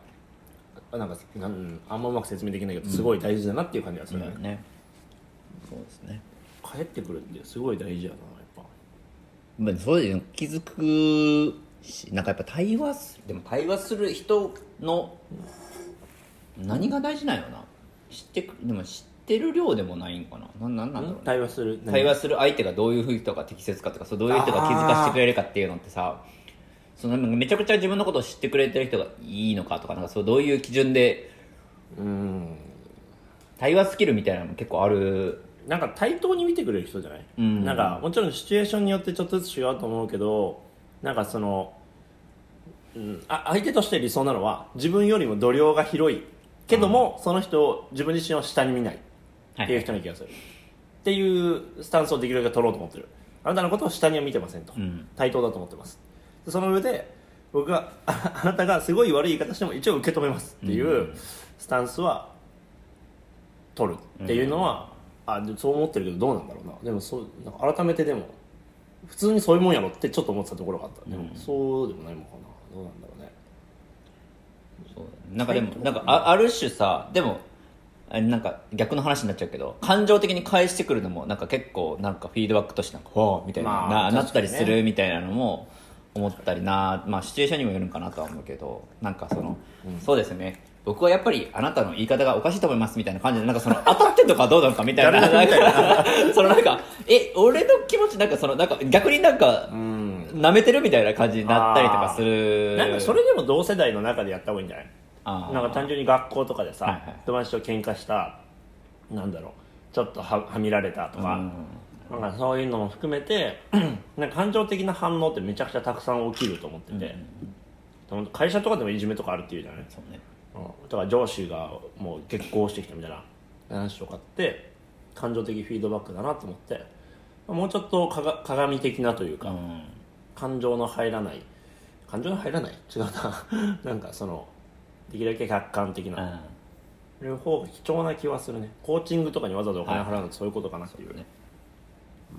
A: なんかなんあんまうまく説明できないけどすごい大事だなっていう感じがするね、うん、ね
B: そうですね
A: 帰ってくるってすごい大事やなやっぱ、
B: まあ、そうですね気づくしなんかやっぱ対話するでも対話する人の何が大事なんやろな知ってくでも知ってる量でもないんかなななんなんだろう、ね、
A: 対話する
B: 対話する相手がどういう人が適切かとかそうどういう人が気づかせてくれるかっていうのってさそのめちゃくちゃ自分のことを知ってくれてる人がいいのかとかなんかそうどういう基準でうん対話スキルみたいなのも結構ある
A: なんか対等に見てくれる人じゃない、うん、なんかもちろんシチュエーションによってちょっとずつ違うと思うけどなんかその、うん、あ相手として理想なのは自分よりも度量が広いけども、うん、その人を自分自身を下に見ないっていう人の気がする、はい、っていうスタンスをできるだけ取ろうと思ってる。あなたのことを下には見てませんと、うん、対等だと思ってます。その上で僕が あ, あなたがすごい悪い言い方しても一応受け止めますっていうスタンスは取るっていうのは、うん、あそう思ってるけどどうなんだろうな。でもそうなんか改めてでも普通にそういうもんやろってちょっと思ってたところがあった。でも、うん、そうでもないもんかな。どうなんだろうね。
B: そうなんかでもなんか あ, ある種さでもなんか逆の話になっちゃうけど感情的に返してくるのもなんか結構なんかフィードバックとしてなんかほうみたいな、まあ、な, なったりするみたいなのも思ったりなまあシチュエーションにもよるんかなとは思うけどなんかその、うん、そうですね僕はやっぱりあなたの言い方がおかしいと思いますみたいな感じでなんかその当たってんのかどうなのかみたいななんかそのなんかえ俺の気持ちなんかそのなんか逆になんか舐めてるみたいな感じになったりとかする
A: なんかそれでも同世代の中でやった方がいいんじゃないなんか単純に学校とかでさ、はいはい、友達と喧嘩したなんだろうちょっと は, はみられたとか、うん、なんかそういうのも含めてなんか感情的な反応ってめちゃくちゃたくさん起きると思ってて、うん、会社とかでもいじめとかあるっていうじゃないそうね、うん、だから上司がもう激高してきたみたいな話とかって感情的フィードバックだなと思ってもうちょっとかが鏡的なというか、うん、感情の入らない感情の入らない違うななんかそのできるだけ客観的な、うん、いう方が貴重な気はするね。コーチングとかにわざわざお金払うのってそういうことかなっていう、はいねうん、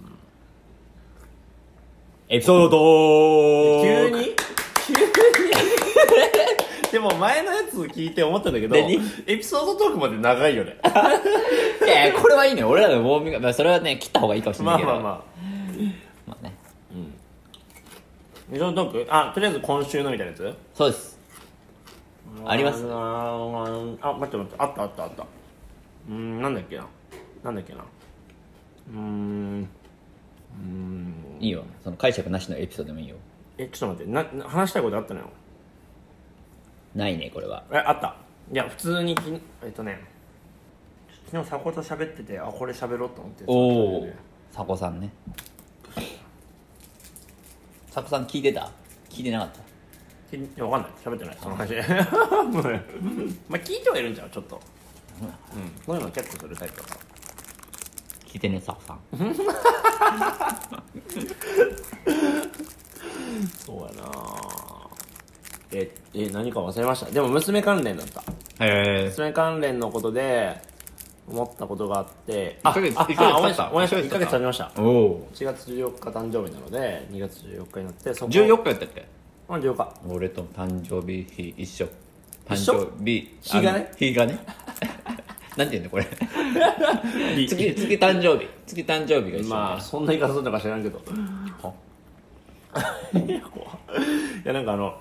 B: エピソード
A: 急に急にでも前のやつ聞いて思ったんだけどエピソードトークまで長いよね
B: いやいやこれはいいね俺らのウォーミング、まあ、それはね切った方がいいかもしれないけど
A: まあまあまあまあねうんエピソードトークあとりあえず今週のみたいなやつ
B: そうですあります。
A: あ、待って待って、あったあったあった。うーん、なんだっけな。なんだっけな。うーん。う
B: ーん。いいよ。その解釈なしのエピソードでもいいよ。
A: え、ちょっと待って、な話したいことあったのよ。
B: ないね、これは。
A: え、あった。いや、普通にき、えっとね、昨日サコと喋ってて、あ、これ喋ろうと思って。
B: おお、サコさんね。サコさん聞いてた？聞いてなかった？
A: いや分かんない喋ってないその話まあ聞いてはいるんじゃんちょっと、うん、こういうの結構するタイプだから
B: 聞いてねサコさん
A: そうやなええ何か忘れました。でも娘関連だった。
B: へえ。
A: 娘関連のことで思ったことがあって、
B: あ、いっかげつ
A: あ、
B: いっかげつ
A: 思い出した
B: 経った
A: 思い出したいっかげつ経ちました。
B: おお
A: いちがつじゅうよっか誕生日なのでにがつじゅうよっかになって、そこ
B: じゅうよっかやったっけ。
A: あ、じゅうよっか。
B: 俺と誕生日日一緒。誕
A: 一緒
B: 生日
A: 日がね
B: あ日がねなんて言うのこれ月月誕生日月誕生日が一緒。
A: まあそんな言い方するのか知らんけどいやなんかあの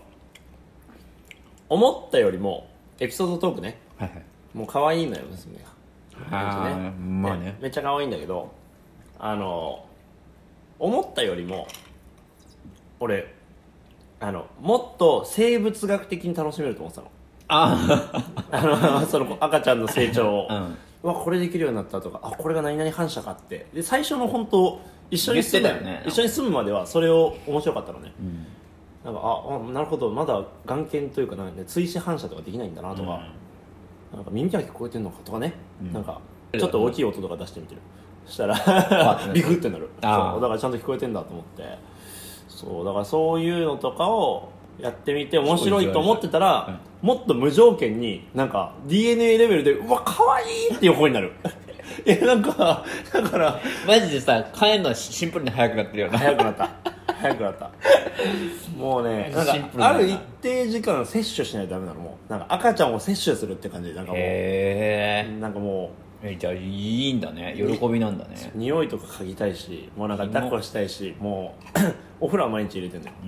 A: 思ったよりもエピソードトークね、
B: はいはい、
A: もう可愛いのよ娘が。
B: あね、まあね、
A: めっちゃ可愛いんだけど、あの思ったよりも俺あのもっと生物学的に楽しめると思ってたの。
B: あ
A: あのその赤ちゃんの成長を、うん、うわこれできるようになったとか、あこれが何々反射かって、で最初の本当一緒に住む、ね、一緒に住むまではそれを面白かったのね、うん、なんかああなるほど、まだ眼見というかなんか、ね、追視反射とかできないんだなとか、うん、なんか耳が聞こえてるのかとかね、うん、なんかちょっと大きい音とか出してみてる、そしたらビクってなる。そうだからちゃんと聞こえてんだと思って、そうだからそういうのとかをやってみて面白いと思ってたら、もっと無条件になんか ディーエヌエー レベルでうわ可愛いっていう方になるいやなんかだから
B: マジでさ帰るのはシンプルに速くなってるよね。
A: 速くなった速くなったもうねなんかある一定時間摂取しないとダメなの。もうなんか赤ちゃんを摂取するって感じで、なんかもう
B: へー
A: なんかもう
B: えじゃあいいんだね、喜びなんだね。
A: 匂いとか嗅ぎたいし、もうなんか抱っこしたいし、もうお風呂は毎日入れてんだよ、うん、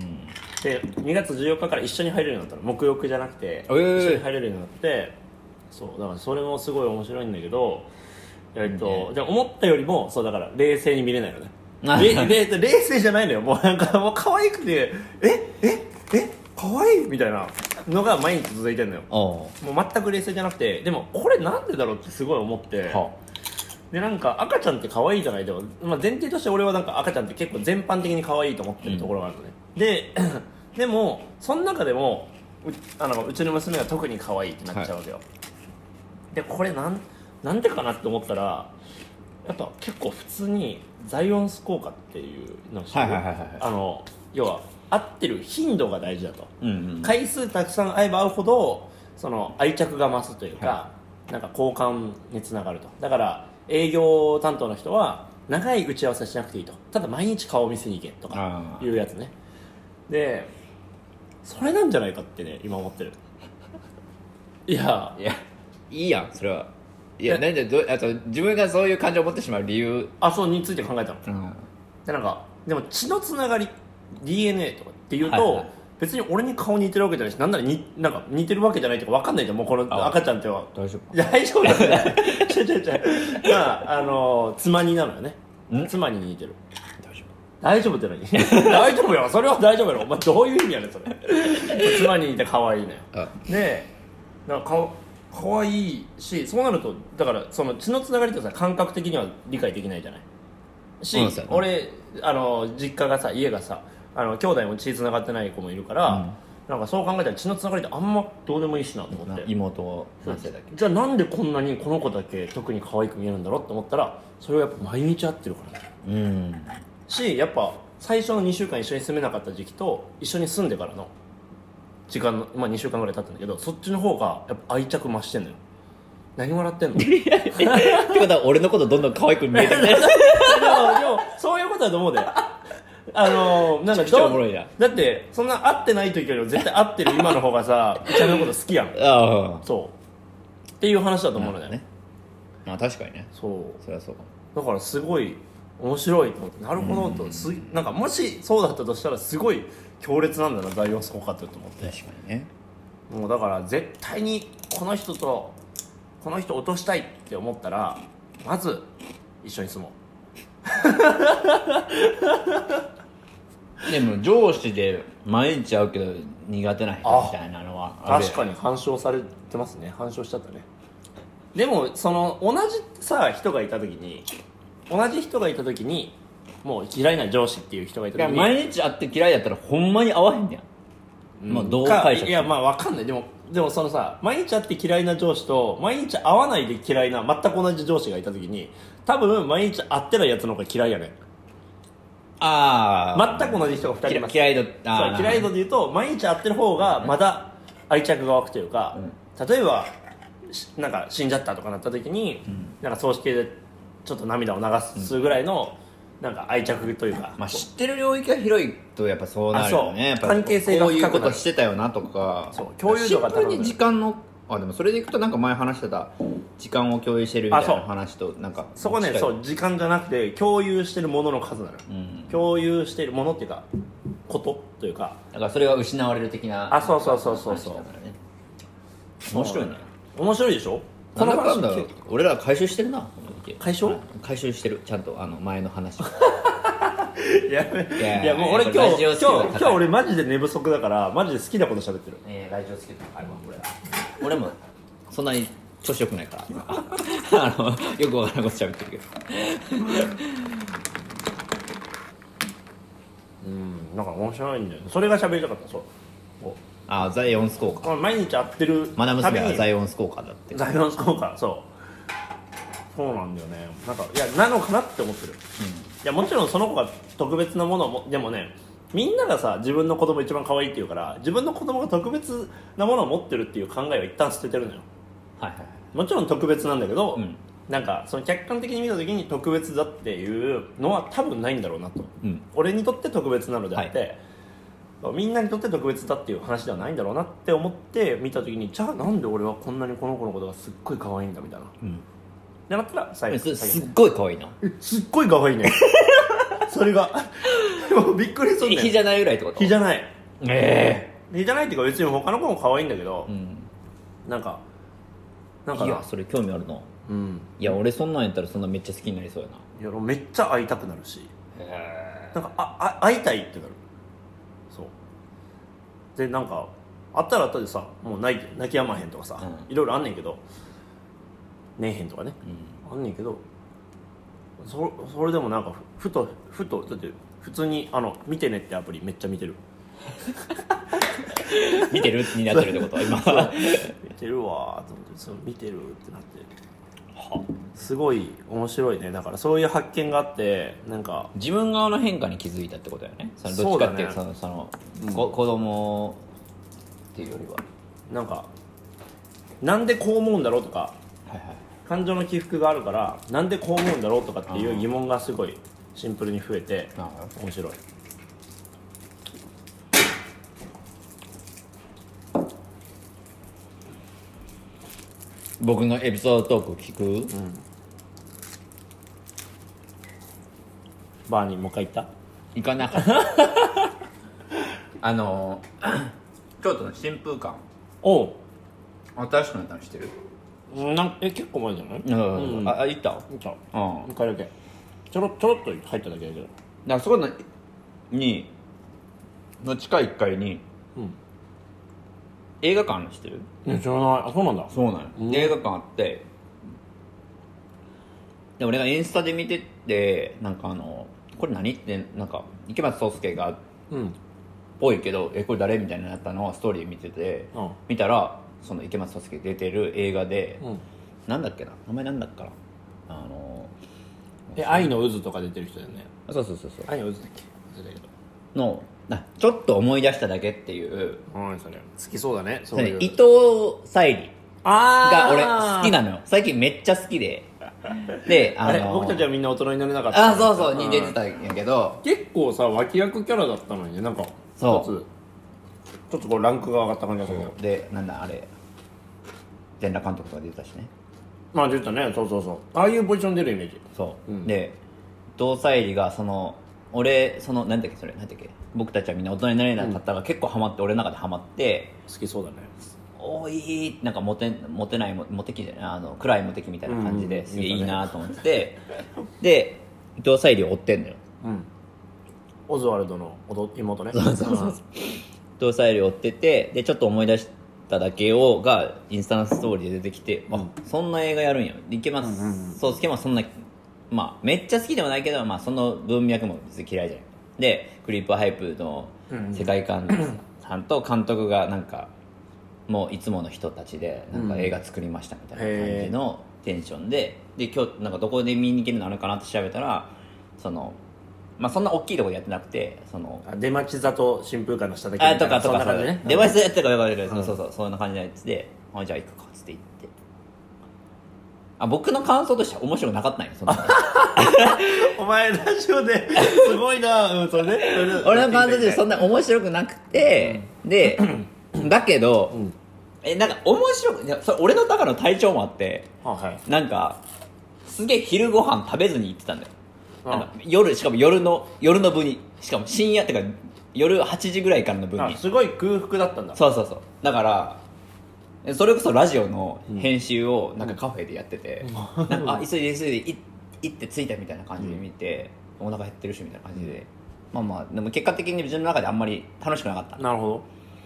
A: でにがつじゅうよっかから一緒に入れるようになったの。沐浴じゃなくて、えー、一緒に入れるようになって、そうだからそれもすごい面白いんだけど、えっと、ね、じゃ思ったよりもそうだから冷静に見れないのね冷, 冷静じゃないのよ。もうなんかもう可愛くてえええ可愛いみたいなのが毎日続いてるのよ。もう全く冷静じゃなくて、でもこれなんでだろうってすごい思って、はあ、でなんか赤ちゃんって可愛いじゃない。でも、まあ、前提として俺はなんか赤ちゃんって結構全般的に可愛いと思ってるところがあるのね、うん、ででもその中でも う, あのうちの娘が特に可愛いってなっちゃうわけよ、はい、でこれなんなんでかなって思ったら、やっぱ結構普通にザイオンス効果っていうのを知ってる、あの要は会ってる頻度が大事だと、うんうん、回数たくさん会えば会うほどその愛着が増すというか、はい、なんか交換につながると。だから営業担当の人は長い打ち合わせしなくていいと、ただ毎日顔を見せに行けとかいうやつね。でそれなんじゃないかってね今思ってるいや
B: いやいいやんそれは。いやなんでどあと自分がそういう感情を持ってしまう理由
A: あそうについて考えたの、うん、でなんかでも血のつながり ディーエヌエー とかっていうと、はいはい、別に俺に顔似てるわけじゃないし、なんならになんか似てるわけじゃないとか分かんないじゃん。もうこの赤ちゃんっては
B: 大丈夫
A: 大丈夫だね違う違う違うまああの妻になのよね。妻に似てる。
B: 大丈夫
A: 大丈夫って何大丈夫よそれは大丈夫よ。お前どういう意味やねんそれ妻に似て可愛いのよ。でなんか顔可愛いし、そうなるとだからその血のつながりってさ感覚的には理解できないじゃないし、うん、俺あの実家がさ家がさあの兄弟も血つながってない子もいるから、うん、なんかそう考えたら血のつながりってあんまどうでもいいしなと思って、
B: 妹何歳だっけ。
A: じゃあなんでこんなにこの子だけ特に可愛く見えるんだろうって思ったら、それはやっぱ毎日会ってるからね、うん、しやっぱ最初のにしゅうかん一緒に住めなかった時期と一緒に住んでからの時間の、まあ、にしゅうかんぐらい経ったんだけど、そっちの方がやっぱ愛着増してんのよ。何笑ってんのって
B: ことは俺のことどんどん可愛く見えてくるでもでも
A: そういうことだと思うであのー、なんかどうだってそんな会ってない時よりも絶対会ってる今の方がさうちのこと好きやんあそうっていう話だと思うのだよね。
B: あ確かにね。
A: そう
B: そりゃそう
A: だからすごい面白いと思って、なるほどと、すなんかもしそうだったとしたらすごい強烈なんだなザイオンス効果ってと思って。
B: 確かにね。
A: もうだから絶対にこの人とこの人落としたいって思ったらまず一緒に住も
B: うでも上司で毎日会うけど苦手な人みたいなのは
A: 確かに干渉されてますね。干渉しちゃったね。でもその同じさ人がいた時に同じ人がいた時にもう嫌いな上司っていう人がいた時に
B: 毎日会って嫌いだったらほんまに会わへんじゃん、うん、まあどう解釈
A: いやまあ分かんない。でもでもそのさ毎日会って嫌いな上司と毎日会わないで嫌いな全く同じ上司がいた時に多分毎日会ってないやつの方が嫌いやねん。
B: あ
A: あ全く同じ人がふたりいます。
B: 嫌い度
A: あ嫌い度で言うと毎日会ってる方がまだ愛着が湧くというか、うん、例えばなんか死んじゃったとかなった時に、うん、 なんか葬式でちょっと涙を流すぐらいの、うん、なんか愛着というか、
B: まあ、知ってる領域が広いとやっぱそうなるよね。やっぱ
A: 関係性が深くなる。
B: こういうことしてたよなとか、
A: そう共有度が高くなる。
B: シンプルに時間のあでもそれでいくとなんか前話してた時間を共有してるみたいな話となんか
A: そこね、そう時間じゃなくて共有してるものの数なの、うん、共有してるものっていうかことというか、
B: だからそれが失われる的な。
A: あそうそうそうそうそう、ね、
B: 面白いね。
A: 面白いでしょ。
B: この話俺ら回収してるな。
A: 回収
B: 回収してるちゃんとあの前の話い
A: やいやいやもう俺今日今日今日俺マジで寝不足だからマジで好きなこと喋ってる。
B: えー、ラジオ好きだから俺ら俺もそんなに調子よくないからあのよくわからないこと喋ってるけど
A: うんなんか面白いんだよね。それが喋りたかった。そう
B: あザイオンス効果。
A: 毎日会ってる
B: マダム娘はザイオンス効果だって。
A: ザイオンス効果そうそうなんだよね。なんかいやなのかなって思ってる、うん、いやもちろんその子が特別なものもでもねみんながさ自分の子供一番可愛いって言うから自分の子供が特別なものを持ってるっていう考えは一旦捨ててるのよ。
B: はいはい、
A: もちろん特別なんだけど、うん、なんかその客観的に見た時に特別だっていうのは多分ないんだろうなと、うん、俺にとって特別なのであって、はい、みんなにとって特別だっていう話ではないんだろうなって思って見た時にじゃあなんで俺はこんなにこの子のことがすっごい可愛いんだみたいな、うんでなったら最後
B: す, すっごい可愛いな。
A: すっごい可愛いねそれがびっくりするね。
B: 日じゃないぐらいってこと。
A: 日じゃない。
B: え
A: えー、日じゃないっていうか別に他の子も可愛いんだけど、うん、なんか
B: なんかいやそれ興味あるな、うん、いや俺そんなんやったらそんなめっちゃ好きになりそうやな。
A: いやめっちゃ会いたくなるし、へなんかああ会いたいってなる。そうでなんか会ったら会ったでさもう泣いて泣きやまへんとかさ、うん、いろいろあんねんけどねえへんとかね、うん、あんねんけど そ, それでもなんかふとふとだって普通にあの見てねってアプリめっちゃ見てる
B: 見てるになってるってこと今
A: 見てるわと思ってその見てるってなってはすごい面白いね。だからそういう発見があってなんか
B: 自分側の変化に気づいたってことだよね。そのどっちかっていうとそのその、うん、子供っていうよりは
A: なんかなんでこう思うんだろうとか、はいはい、感情の起伏があるからなんでこう思うんだろうとかっていう疑問がすごいシンプルに増えて面白い。
B: 僕のエピソードトーク聞く、うん、
A: バーにもう一回行った
B: 行かなかったあの京都の新風館
A: おう
B: 新しくなったの知ってる？
A: なんえ結構前じゃない？う
B: ん、うん、ああ行った？行
A: ったうん一回だけちょろちょろっと入っただけだけどだか
B: らそこのにの地下いっかいに、うん、映画館あるの知ってる？
A: いや知らない。あそうなんだ。
B: そうなんよ、うん、映画館あってで俺がインスタで見ててなんかあのこれ何ってなんか池松壮亮がうんぽいけどえこれ誰みたいになったのをストーリー見てて、うん、見たらその池松壮亮出てる映画で、うん、なんだっけな名前なんだっけなあの
A: え愛の渦とか出てる人だよね。
B: そうそうそうそう
A: 愛の渦だっけ忘れたけど
B: のちょっと思い出しただけっていう
A: うんそれ好きそうだね。そういう
B: 伊藤沙莉が俺好きなのよ最近めっちゃ好きでであのー、あれ
A: 僕たちはみんな大人になれなかった。
B: あそうそうに出てたんやけど
A: 結構さ脇役キャラだったのにねなんか
B: そう
A: ちょっとこうランクが上がった感じがするけど
B: でなんだあれ全裸監督とか出てたしね。
A: まあ出てたね。そうそうそうああいうポジション出るイメージ
B: そう、うん、で伊藤沙莉がその俺そのなんだっけそれなんだっけ僕たちはみんな大人になれなかったが結構ハマって、うん、俺の中でハマって
A: 好きそうだね。
B: おいなんかモテモテないモテ期じゃないあの暗いモテ期みたいな感じで、うん、すげえいいなと思ってて、で伊藤沙莉を追ってんのよ、うん、
A: オズワルドの妹ね。
B: そうそうそうそう伊藤沙莉を追っててでちょっと思い出しただけをがインスタのストーリーで出てきて、うん、あそんな映画やるんや池松壮亮もそんなまあめっちゃ好きでもないけど、まあ、その文脈も別に嫌いじゃないでクリープハイプの世界観さんと監督がなんかもういつもの人たちでなんか映画作りましたみたいな感じのテンションで、で今日なんかどこで見に行けるのあるかなって調べたらそのまあそんな大きいところでやってなくてその
A: 出町里新風館の下だけみたいな
B: あとかとかそうね出町里やってたか分かるけど、うん、そうそうそうそんな感じのやつであじゃあ行くかっつって行ってあ、僕の感想としては面白くなかったんよ、そんな
A: お前ラジオですごいな、うん、それね
B: 俺の感想としてそんな面白くなくて、うん、でだけど、うん、えなんか面白くいやそれ俺の中の体調もあって、はい、なんかすげえ昼ご飯食べずに行ってたんだよ。なんか夜、しかも夜の夜の部に、しかも深夜ってか夜はちじぐらいからの部に、
A: すごい空腹だったんだ。
B: そうそうそう。だからそれこそラジオの編集をなんかカフェでやってて、うん、なんかあ急いで急いでい行って着いたみたいな感じで見て、うん、お腹減ってるしみたいな感じで、まあまあでも結果的に自分の中であんまり楽しくなかった。
A: なるほど。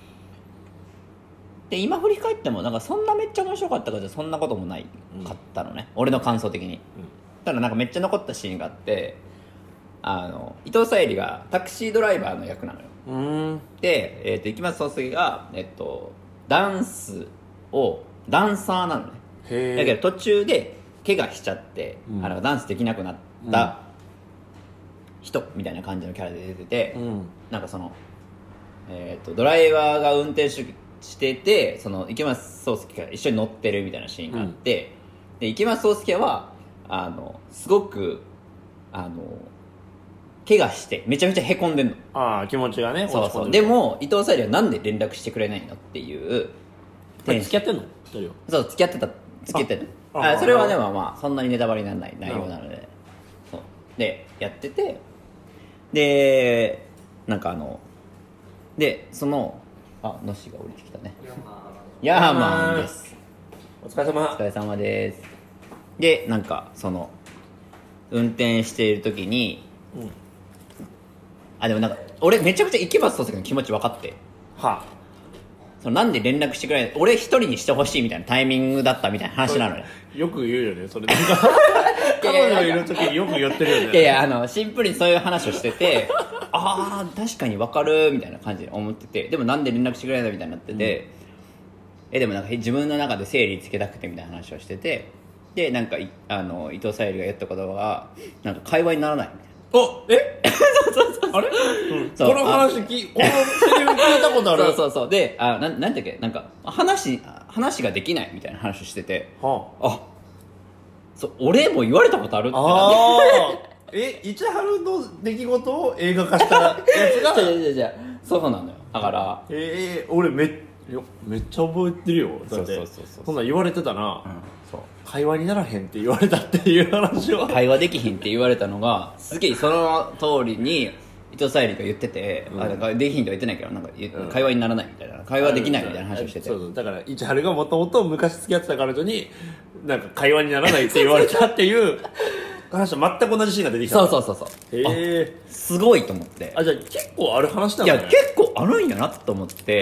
B: で今振り返ってもなんかそんなめっちゃ面白かったかじゃそんなこともないかったのね、うん、俺の感想的に、うん、ただなんかめっちゃ残ったシーンがあって、あの伊藤沙莉がタクシードライバーの役なのよ。うーんで、えー、と池松壮亮が、えっと、ダンスをダンサーなのね。へだけど途中で怪我しちゃって、うん、あのダンスできなくなった人みたいな感じのキャラで出てて、うん、なんかその、えー、とドライバーが運転手してて、その池松壮亮が一緒に乗ってるみたいなシーンがあって、うん、で池松壮亮はあのすごくあの怪我してめちゃめちゃへこんでんの。
A: ああ気持ちがね。
B: そうそう。でも伊藤沙莉はなんで連絡してくれないのっていう
A: 付き合ってんの？
B: そう付き合ってた付き合ってたああそれはでもまあそんなにネタバレにならない内容なので、そうでやってて、でなんかあのでそのあのしが降りてきたね。ヤーマンです。
A: お疲れ様。
B: お疲れ様です。でなんかその運転している時に、うん、あでもなんか俺めちゃくちゃ池松壮亮の気持ち分かって、はあそのなんで連絡してくれない、俺一人にしてほしいみたいなタイミングだったみたいな話なのね。
A: よく言うよねそれ。なんか彼女いる時によく言ってるよね。
B: いやいやあのシンプルにそういう話をしててああ確かに分かるみたいな感じで思ってて、でもなんで連絡してくれないみたいになってて、うん、えでもなんか自分の中で整理つけたくてみたいな話をしてて、でなんかあの伊藤沙莉が言った言葉がなんか会話にならないみたいな。
A: おえそうそうそうあれ、うん、この話きこのセリフ聞いたことある。
B: そうそうそうであななんだっけなんか話話ができないみたいな話をしてて、はあ、あそう俺も言われたことあるってなって。あ
A: え市春の出来事を映画化したやつが
B: 違う違う違うそうなのよ。だから
A: えー、俺めっめっちゃ覚えてるよ。だってそんなん言われてたな、うん、そう会話にならへんって言われたっていう話を
B: 会話できひんって言われたのがすげえその通りに伊藤沙莉が言ってて、うん、あなんかできひんとは言ってないけどなんか、うん、会話にならないみたいな会話できないみたいな話をしてて、
A: そうそうだから市春がもともと昔付き合ってた彼女になんか会話にならないって言われたっていう話と全く同じシーンが出てきた。
B: そうそうそうそうへえすごいと思って。
A: あじゃあ結構ある話なんだね。
B: いや結構あるんやなと思って。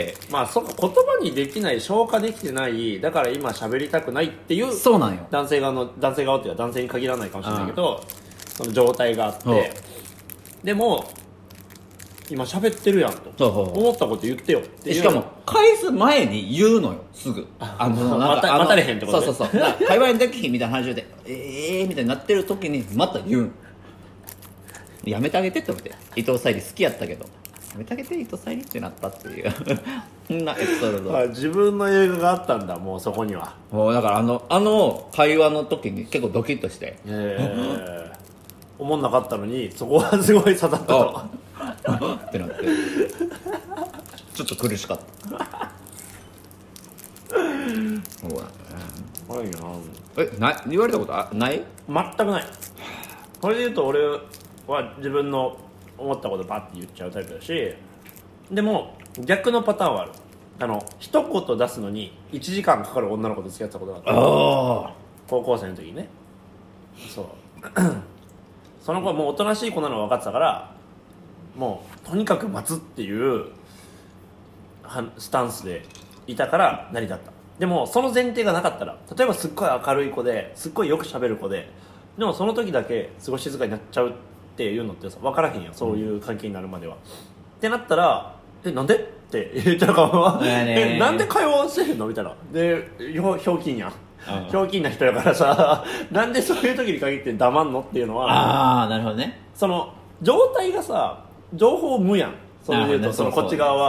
A: まあそっか言葉にできない消化できてないだから今喋りたくないっていう
B: そうなんよ
A: 男性側の男性側っていうか男性に限らないかもしれないけど、その状態があってでも今喋ってるやんと思ったこと言ってよっていう。
B: しかも返す前に言うのよすぐ
A: あのなんか待たれへんってこと
B: でそうそうそう会話にできひんみたいな話でええーみたいになってる時にまた言うやめてあげてって思って伊藤沙莉好きやったけどやめてあげて伊藤沙莉ってなったっていうそんなエピソード。
A: あ自分の映画があったんだもうそこには。
B: もうだからあのあの会話の時に結構ドキッとして
A: ええ思んなかったのにそこはすごい刺さったと
B: ってなってちょっと苦しかったそうだね。
A: ないな
B: えな言われたことあない？
A: 全くない。これで言うと俺は自分の思ったことバッて言っちゃうタイプだし、でも逆のパターンはある。あの一言出すのにいちじかんかかる女の子と付き合ってたことがあった。あ高校生の時にね。そうその子はもうおとなしい子なの分かってたからもうとにかく待つっていうスタンスでいたから成り立った。でもその前提がなかったら例えばすっごい明るい子ですっごいよく喋る子ででもその時だけすごい静かになっちゃうっていうのってさ分からへんよそういう関係になるまでは、うん、ってなったらえなんでって言っちゃうかもえなんで会話してへんのみたいなでひょひょうきんやんひょうきんな人やからさなんでそういう時に限って黙んのっていうのは
B: ああなるほどね。
A: その状態がさ情報無やんそういうとそのこっち側は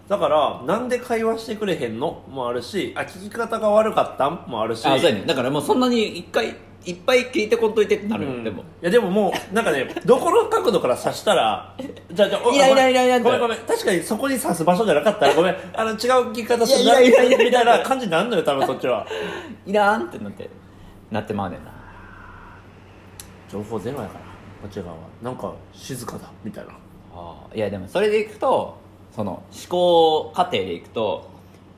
A: だからなんで会話してくれへんのもあるし、あ聞き方が悪かったんもあるし、
B: あそうやね。だからもうそんなに一回いっぱい聞いてこんといてってなるよ、
A: うん、
B: でも
A: いやでももうなんかねどこの角度から刺したらじゃあじゃあ
B: いやいやいやいや
A: ごめんごめん確かにそこに刺す場所じゃなかったらごめんあの違う聞き方する
B: いやいやいやいや
A: みたいな感じになるのよ多分そっちはい
B: らんってなってなってまうねんな。
A: 情報ゼロやからこっち側はなんか静かだみたいな。
B: あいやでもそれでいくとその思考過程でいくと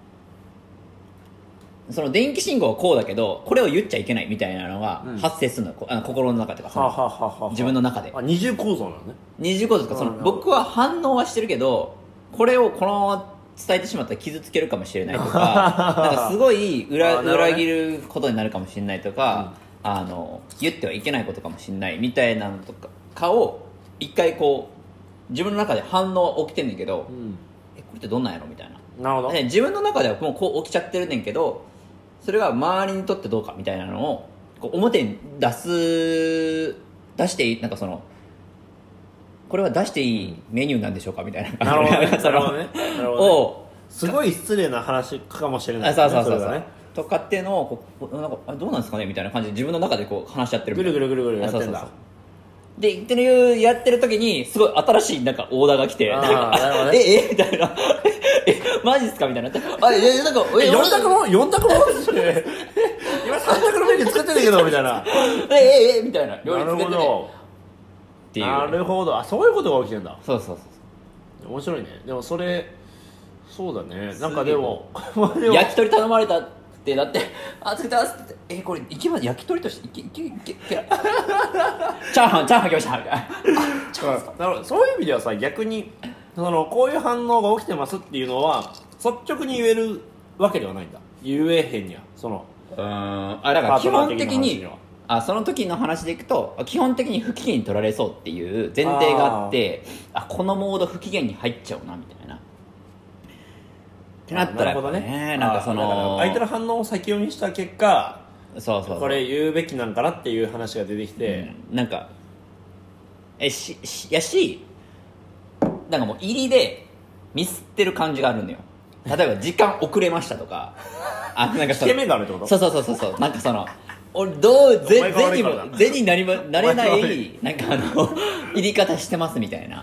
B: その電気信号はこうだけどこれを言っちゃいけないみたいなのが発生するの、うん、あの心の中とかその、はあはあはあ、自分の中で
A: あ二重構造なのね。
B: 二重構造とかその僕は反応はしてるけどこれをこのまま伝えてしまったら傷つけるかもしれないとかなんかすごい 裏,、ね、裏切ることになるかもしれないとか、うん、あの言ってはいけないことかもしれないみたいなのとかかを一回こう自分の中で反応起きてんねんけど、うん、えこれってどんなんやろみたいな。
A: なるほど。
B: 自分の中ではもうこう起きちゃってるねんけどそれが周りにとってどうかみたいなのをこう表に出す出していいなんかそのこれは出していいメニューなんでしょうかみたいな
A: なるほどねなるほどねなるほどねをすごい失礼な話かもしれない、
B: ね、そうそうそうそう、ね、とかっていうのをこうなんかあどうなんですかねみたいな感じで自分の中でこう話し合ってる
A: ぐるぐるぐるぐるやってんだ。
B: そうそうそうで言ってるやってる時にすごい新しいなんかオーダーが来てなんか、ね、ええみたいなえマジっすかみたいなあえなんかえ
A: よん択もよん択もって今さん択のメニュー作ってるけどみたいな
B: えええみたいな料理作ってて
A: なるほど
B: っていう
A: なるほどあそういうことが起きてんだ。
B: そうそうそう
A: 面白いね。でもそれそうだねなんかでも
B: 焼き鳥頼まれたってだってあ作ってますってえこれいけます焼き鳥としていけいけいけいけチャーハンチャーハン来ましたみたいな
A: チャーハンなるほど。そういう意味ではさ逆にそのこういう反応が起きてますっていうのは率直に言えるわけではないんだ。言えへんにゃその
B: うーんあだから基本的にあその時の話でいくと基本的に不機嫌に取られそうっていう前提があってあこのモード不機嫌に入っちゃうなみたいなってなったらやっぱね、ねなんかその
A: 相手の反応を先読みした結果
B: そうそうそう
A: これ言うべきなんかなっていう話が出てきて、
B: うん、なんかえししやしなんかもう入りでミスってる感じがあるのよ。例えば時間遅れましたとか
A: あなんか引け目があるってこと。
B: そうそうそうそうなんかその俺どうぜ銭にも銭になりまなれないなんかあの入り方してますみたいな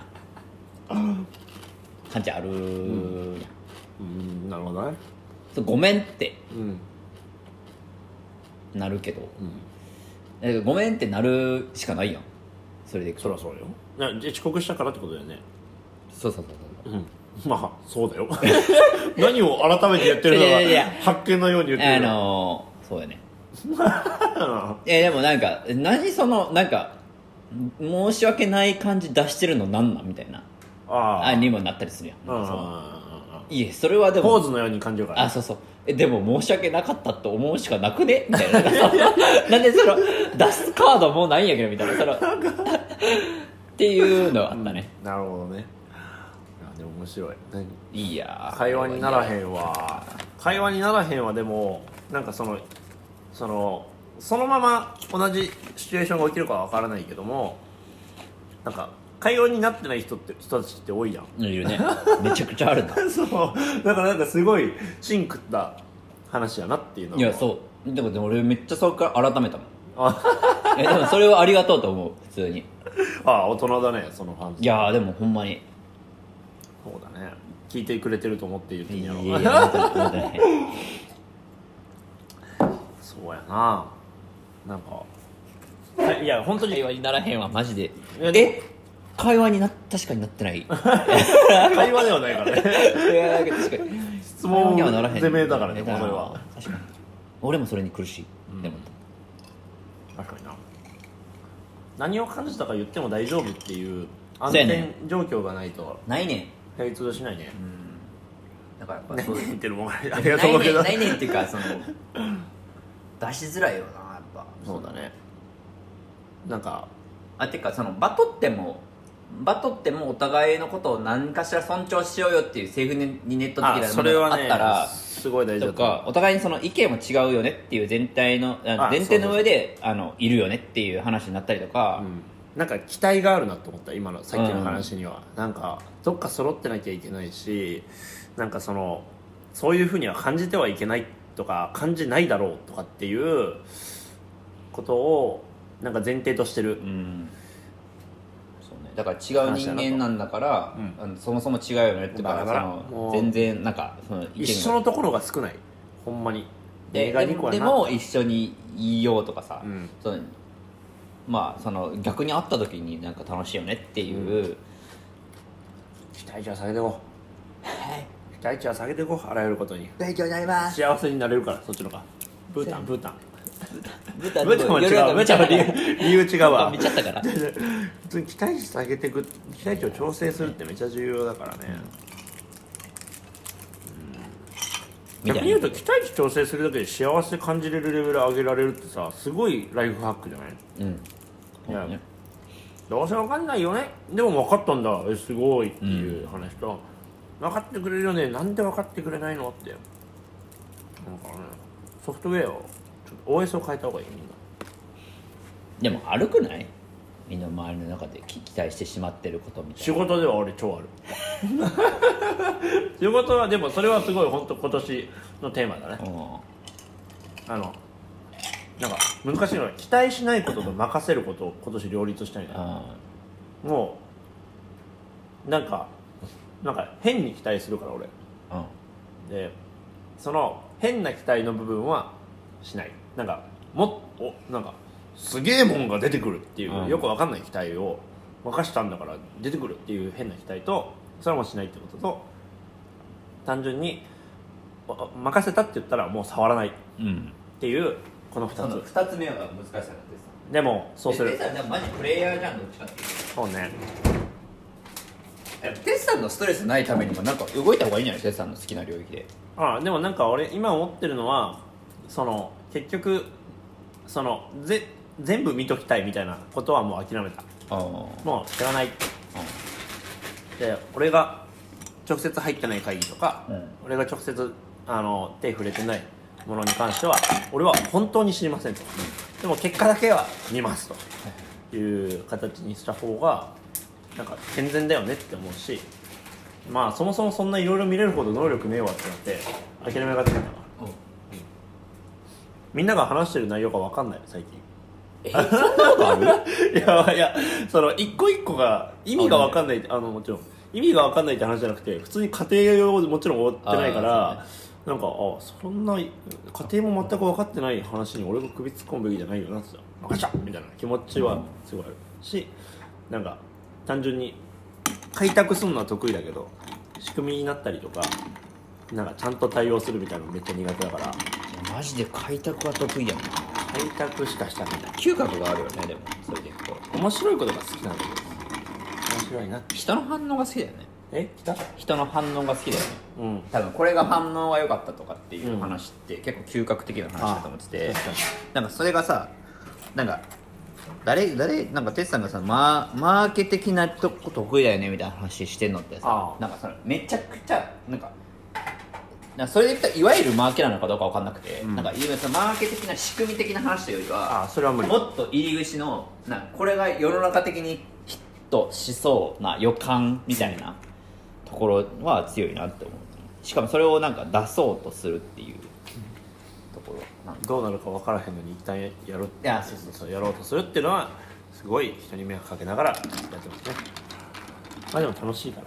B: 感じある、うん、
A: うんなるほどね。
B: そうごめんって、
A: うん、
B: なるけど、うん、ごめんってなるしかないやん。それでいく
A: そりゃそうよ。いや遅刻したからってことだよね。
B: そうそうそうそう、うん
A: まあそうだよ何を改めて言ってるのが発見のように言ってるの。
B: あのー、そうやねえでもなんか何そのなんか申し訳ない感じ出してるのなんなんみたいなああにもなったりするやん。あいえそれはでも
A: ポーズのように感じるから、ね、
B: あそうそうえでも申し訳なかったと思うしかなくねみたいななんでその出すカードもうないんやけどみたいなそのっていうのはあったね、
A: うん、なるほどね。でも面白い。
B: いいや
A: 会話にならへんわ会話にならへんわ。でもなんかそのそのそのまま同じシチュエーションが起きるかは分からないけどもなんか会話になってない人って人たちって多いじゃん。
B: いるねめちゃくちゃあるんだ
A: そうだからなんかすごい芯食った話やなっていうのは。
B: いやそうでもでも俺めっちゃそこから改めたもんえでもそれはありがとうと思う普通に
A: ああ大人だねそのファン。
B: いやでもほんまに
A: そうだね聞いてくれてると思って言ってんやろ。いやい
B: や
A: そうやななんかいや本当に
B: 会話にならへんわマジで。え会話にな確かになってない
A: 会話ではないからね
B: いや確かに
A: 質問攻めだからねこれは。
B: 確かに俺もそれに苦しい、うん、でも
A: 確かにな何を感じたか言っても大丈夫っていう安全状況がないと
B: ないねん
A: 並通しないね。
B: うんだからやっぱそう
A: 言ってるもんありがとうけど
B: ないねんっていうかその出しづらいよなやっぱ。
A: そうだねなんか
B: あてかそのバトってもバトってもお互いのことを何かしら尊重しようよっていうセーフにネット的なものがあったら
A: すごい大事だ
B: とかお互いにその意見も違うよねっていう全体の前提の上であのいるよねっていう話になったりとか、
A: うんなんか期待があるなと思った今のさっきの話には、うん、なんかどっか揃ってなきゃいけないしなんかそのそういうふうには感じてはいけないとか感じないだろうとかっていうことをなんか前提としてる、うん、
B: そうね、だから違う人間なんだから、うん、あのそもそも違うよねってからその全然なんかその意見が
A: 一緒のところが少ないほんまに。
B: で, で, もでも一緒にいようとかさ、うん、そのまあその逆に会った時になんか楽しいよねっていう、うん、
A: 期待値は下げていこう、はい、期待値は下げていこう、あらゆることに
B: 勉強になります。
A: 幸せになれるからそっちのか。ブータンブータン
B: ブータン
A: ブータンは違う、ブータンは理由理由違うわ。
B: 見ちゃったから
A: 普通に期待値下げていく、期待値を調整するってめっちゃ重要だからね、うん、逆に言うと期待値調整するだけで幸せ感じれるレベル上げられるってさ、すごいライフハックじゃない？うん、いや、ね、どうせ分かんないよね、でも分かったんだ、えすごいっていう話と、うん、分かってくれるよね、なんで分かってくれないのって、なんかね、ソフトウェアをちょっと オーエス を変えた方がいい。みんな
B: でも悪くない？みんな周りの中で期待してしまってることみたいな。
A: 仕事では俺超ある仕事はでもそれはすごい本当今年のテーマだね。あのなんか難しいのは期待しないことと任せることを今年両立したいな。もうなんかなんか変に期待するから俺、うん、でその変な期待の部分はしない。なんかもっとなんかすげえもんが出てくるっていう、うん、よくわかんない期待を任したんだから出てくるっていう変な期待と、それもしないってことと、単純に任せたって言ったらもう触らないっていう、うん、このふたつ。
B: ふたつめは難しさなんです。
A: でもそうする。
B: テスさんマジプレイヤーじゃん、どっちかっていう。
A: そうね。
B: テスさんのストレスないためにもなんか動いた方がいいんじゃない？テスさんの好きな領域で。
A: ああ、でもなんか俺今思ってるのは、その結局そのぜ全部見ときたいみたいなことはもう諦めた。もう知らない。で俺が直接入ってない会議とか、うん、俺が直接あの手触れてないものに関しては俺は本当に知りませんと、うん、でも結果だけは見ますという形にした方がなんか健全だよねって思うし、まあそもそもそんないろいろ見れるほど能力ねえわってなって諦めがついたから、うん、みんなが話してる内容が分かんない最近。
B: えそんなことある？
A: いやいや、その一個一個が意味が分かんない、あのもちろん意味が分かんないって話じゃなくて、普通に家庭をもちろん追ってないから、なんかあそんな家庭も全く分かってない話に俺が首突っ込むべきじゃないよなって分かっちゃみたいな気持ちはすごいあるし、なんか単純に開拓するのは得意だけど仕組みになったりとかなんかちゃんと対応するみたいなのめっちゃ苦手だから。
B: マジで開拓は得意やん。
A: 開拓しかしたくない。
B: 嗅覚があるよね。でもそれでいくと
A: 面白いことが好きなんだけど、面白いな。
B: 人の反応が好きだよね。
A: え人
B: 人の反応が好きだよね、うん、多分これが反応が良かったとかっていう話って結構嗅覚的な話だと思ってて、うん、なんかそれがさ、なんか誰誰なんかテツさんがさマー、マーケ的なとこ得意だよねみたいな話してんのってさ、なんかそのめちゃくちゃなんかなんかそれで言ったらいわゆるマーケなのかどうか分かんなくて、うん、なんかいわゆるマーケ的な仕組み的な話というよりは、
A: あそれは無理。
B: もっと入り口のなんかこれが世の中的にヒットしそうな予感みたいなところは強いなって思う。しかもそれをなんか出そうとするっていうところなん
A: どうなるか分からへんのに一旦やる、いやそうそうそうやろうとするっていうのはすごい人に迷惑かけながらやってますね。まあでも楽しいから。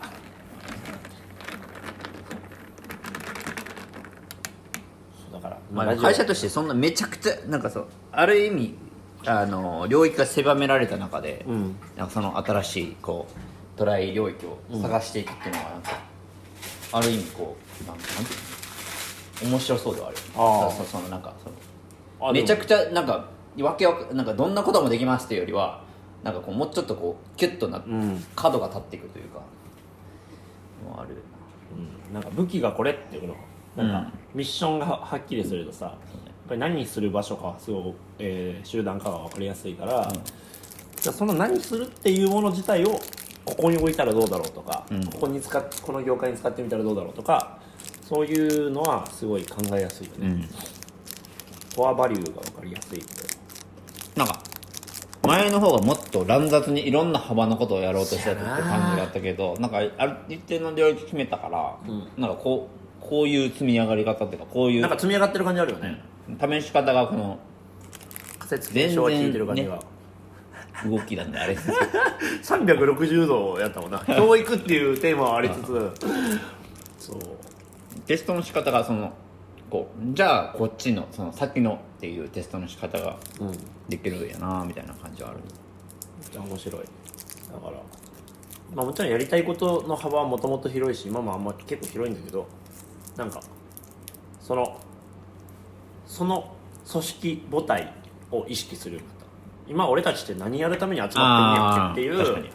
A: だから、
B: まあ、会社としてそんなめちゃくちゃなんかそうある意味あの領域が狭められた中で、うん、なんかその新しいこうトライ領域を探していくっていうのはなんか、うん、ある意味こうなんなんていうの面白そうではある。あそそのなんかそのめちゃくちゃなんかわけわなんかどんなこともできますっていうよりはなんかこうもうちょっとこうキュッとな、うん、角が立っていくというかもある、
A: うん、なんか武器がこれっていうのなんかミッションがはっきりするとさ、やっぱり何する場所かすごい、えー、集団かが分かりやすいから、うん、じゃあその何するっていうもの自体をここに置いたらどうだろうとか、うん、ここに使っこの業界に使ってみたらどうだろうとか、そういうのはすごい考えやすいよね、うん、コアバリューが分かりやすい。
B: なんか前の方がもっと乱雑にいろんな幅のことをやろうとしてたって感じだったけど、なんかある一定の領域決めたから、うん、なんかこうこういう積み上がり方っていうかこういう
A: なんか積み上がってる感じあるよね、
B: うん、試し方がこの
A: 仮説検証が効いてる感じが、ね、
B: 動きなんであれ
A: さんびゃくろくじゅうどやったもんな教育っていうテーマはありつつ
B: そうテストの仕方がそのこうじゃあこっちのその先のっていうテストの仕方ができるんやなみたいな感じはある。
A: めっちゃ面白い。だからまあもちろんやりたいことの幅はもともと広いし今もあんま結構広いんだけど、なんかそのその組織母体を意識するようになった。今俺たちって何やるために集まってんねやっけっていう、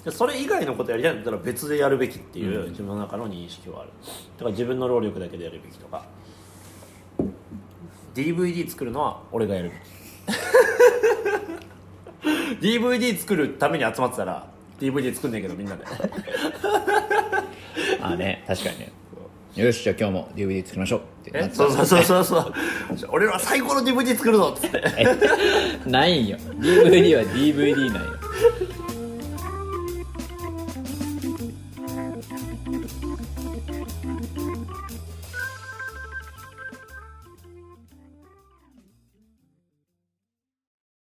A: それ以外のことやりたいんだったら別でやるべきっていう自分の中の認識はある。だから自分の労力だけでやるべきとか、 ディーブイディー 作るのは俺がやるべきディーブイディー 作るために集まってたら ディーブイディー 作んねんけどみんなで
B: ああね、確かにね。よしじゃあ今日も ディーブイディー 作りましょうってなってた。
A: そうそうそうそう俺は最高の ディーブイディー 作るぞっつって
B: ないんよ ディーブイディー は ディーブイディー なんよ。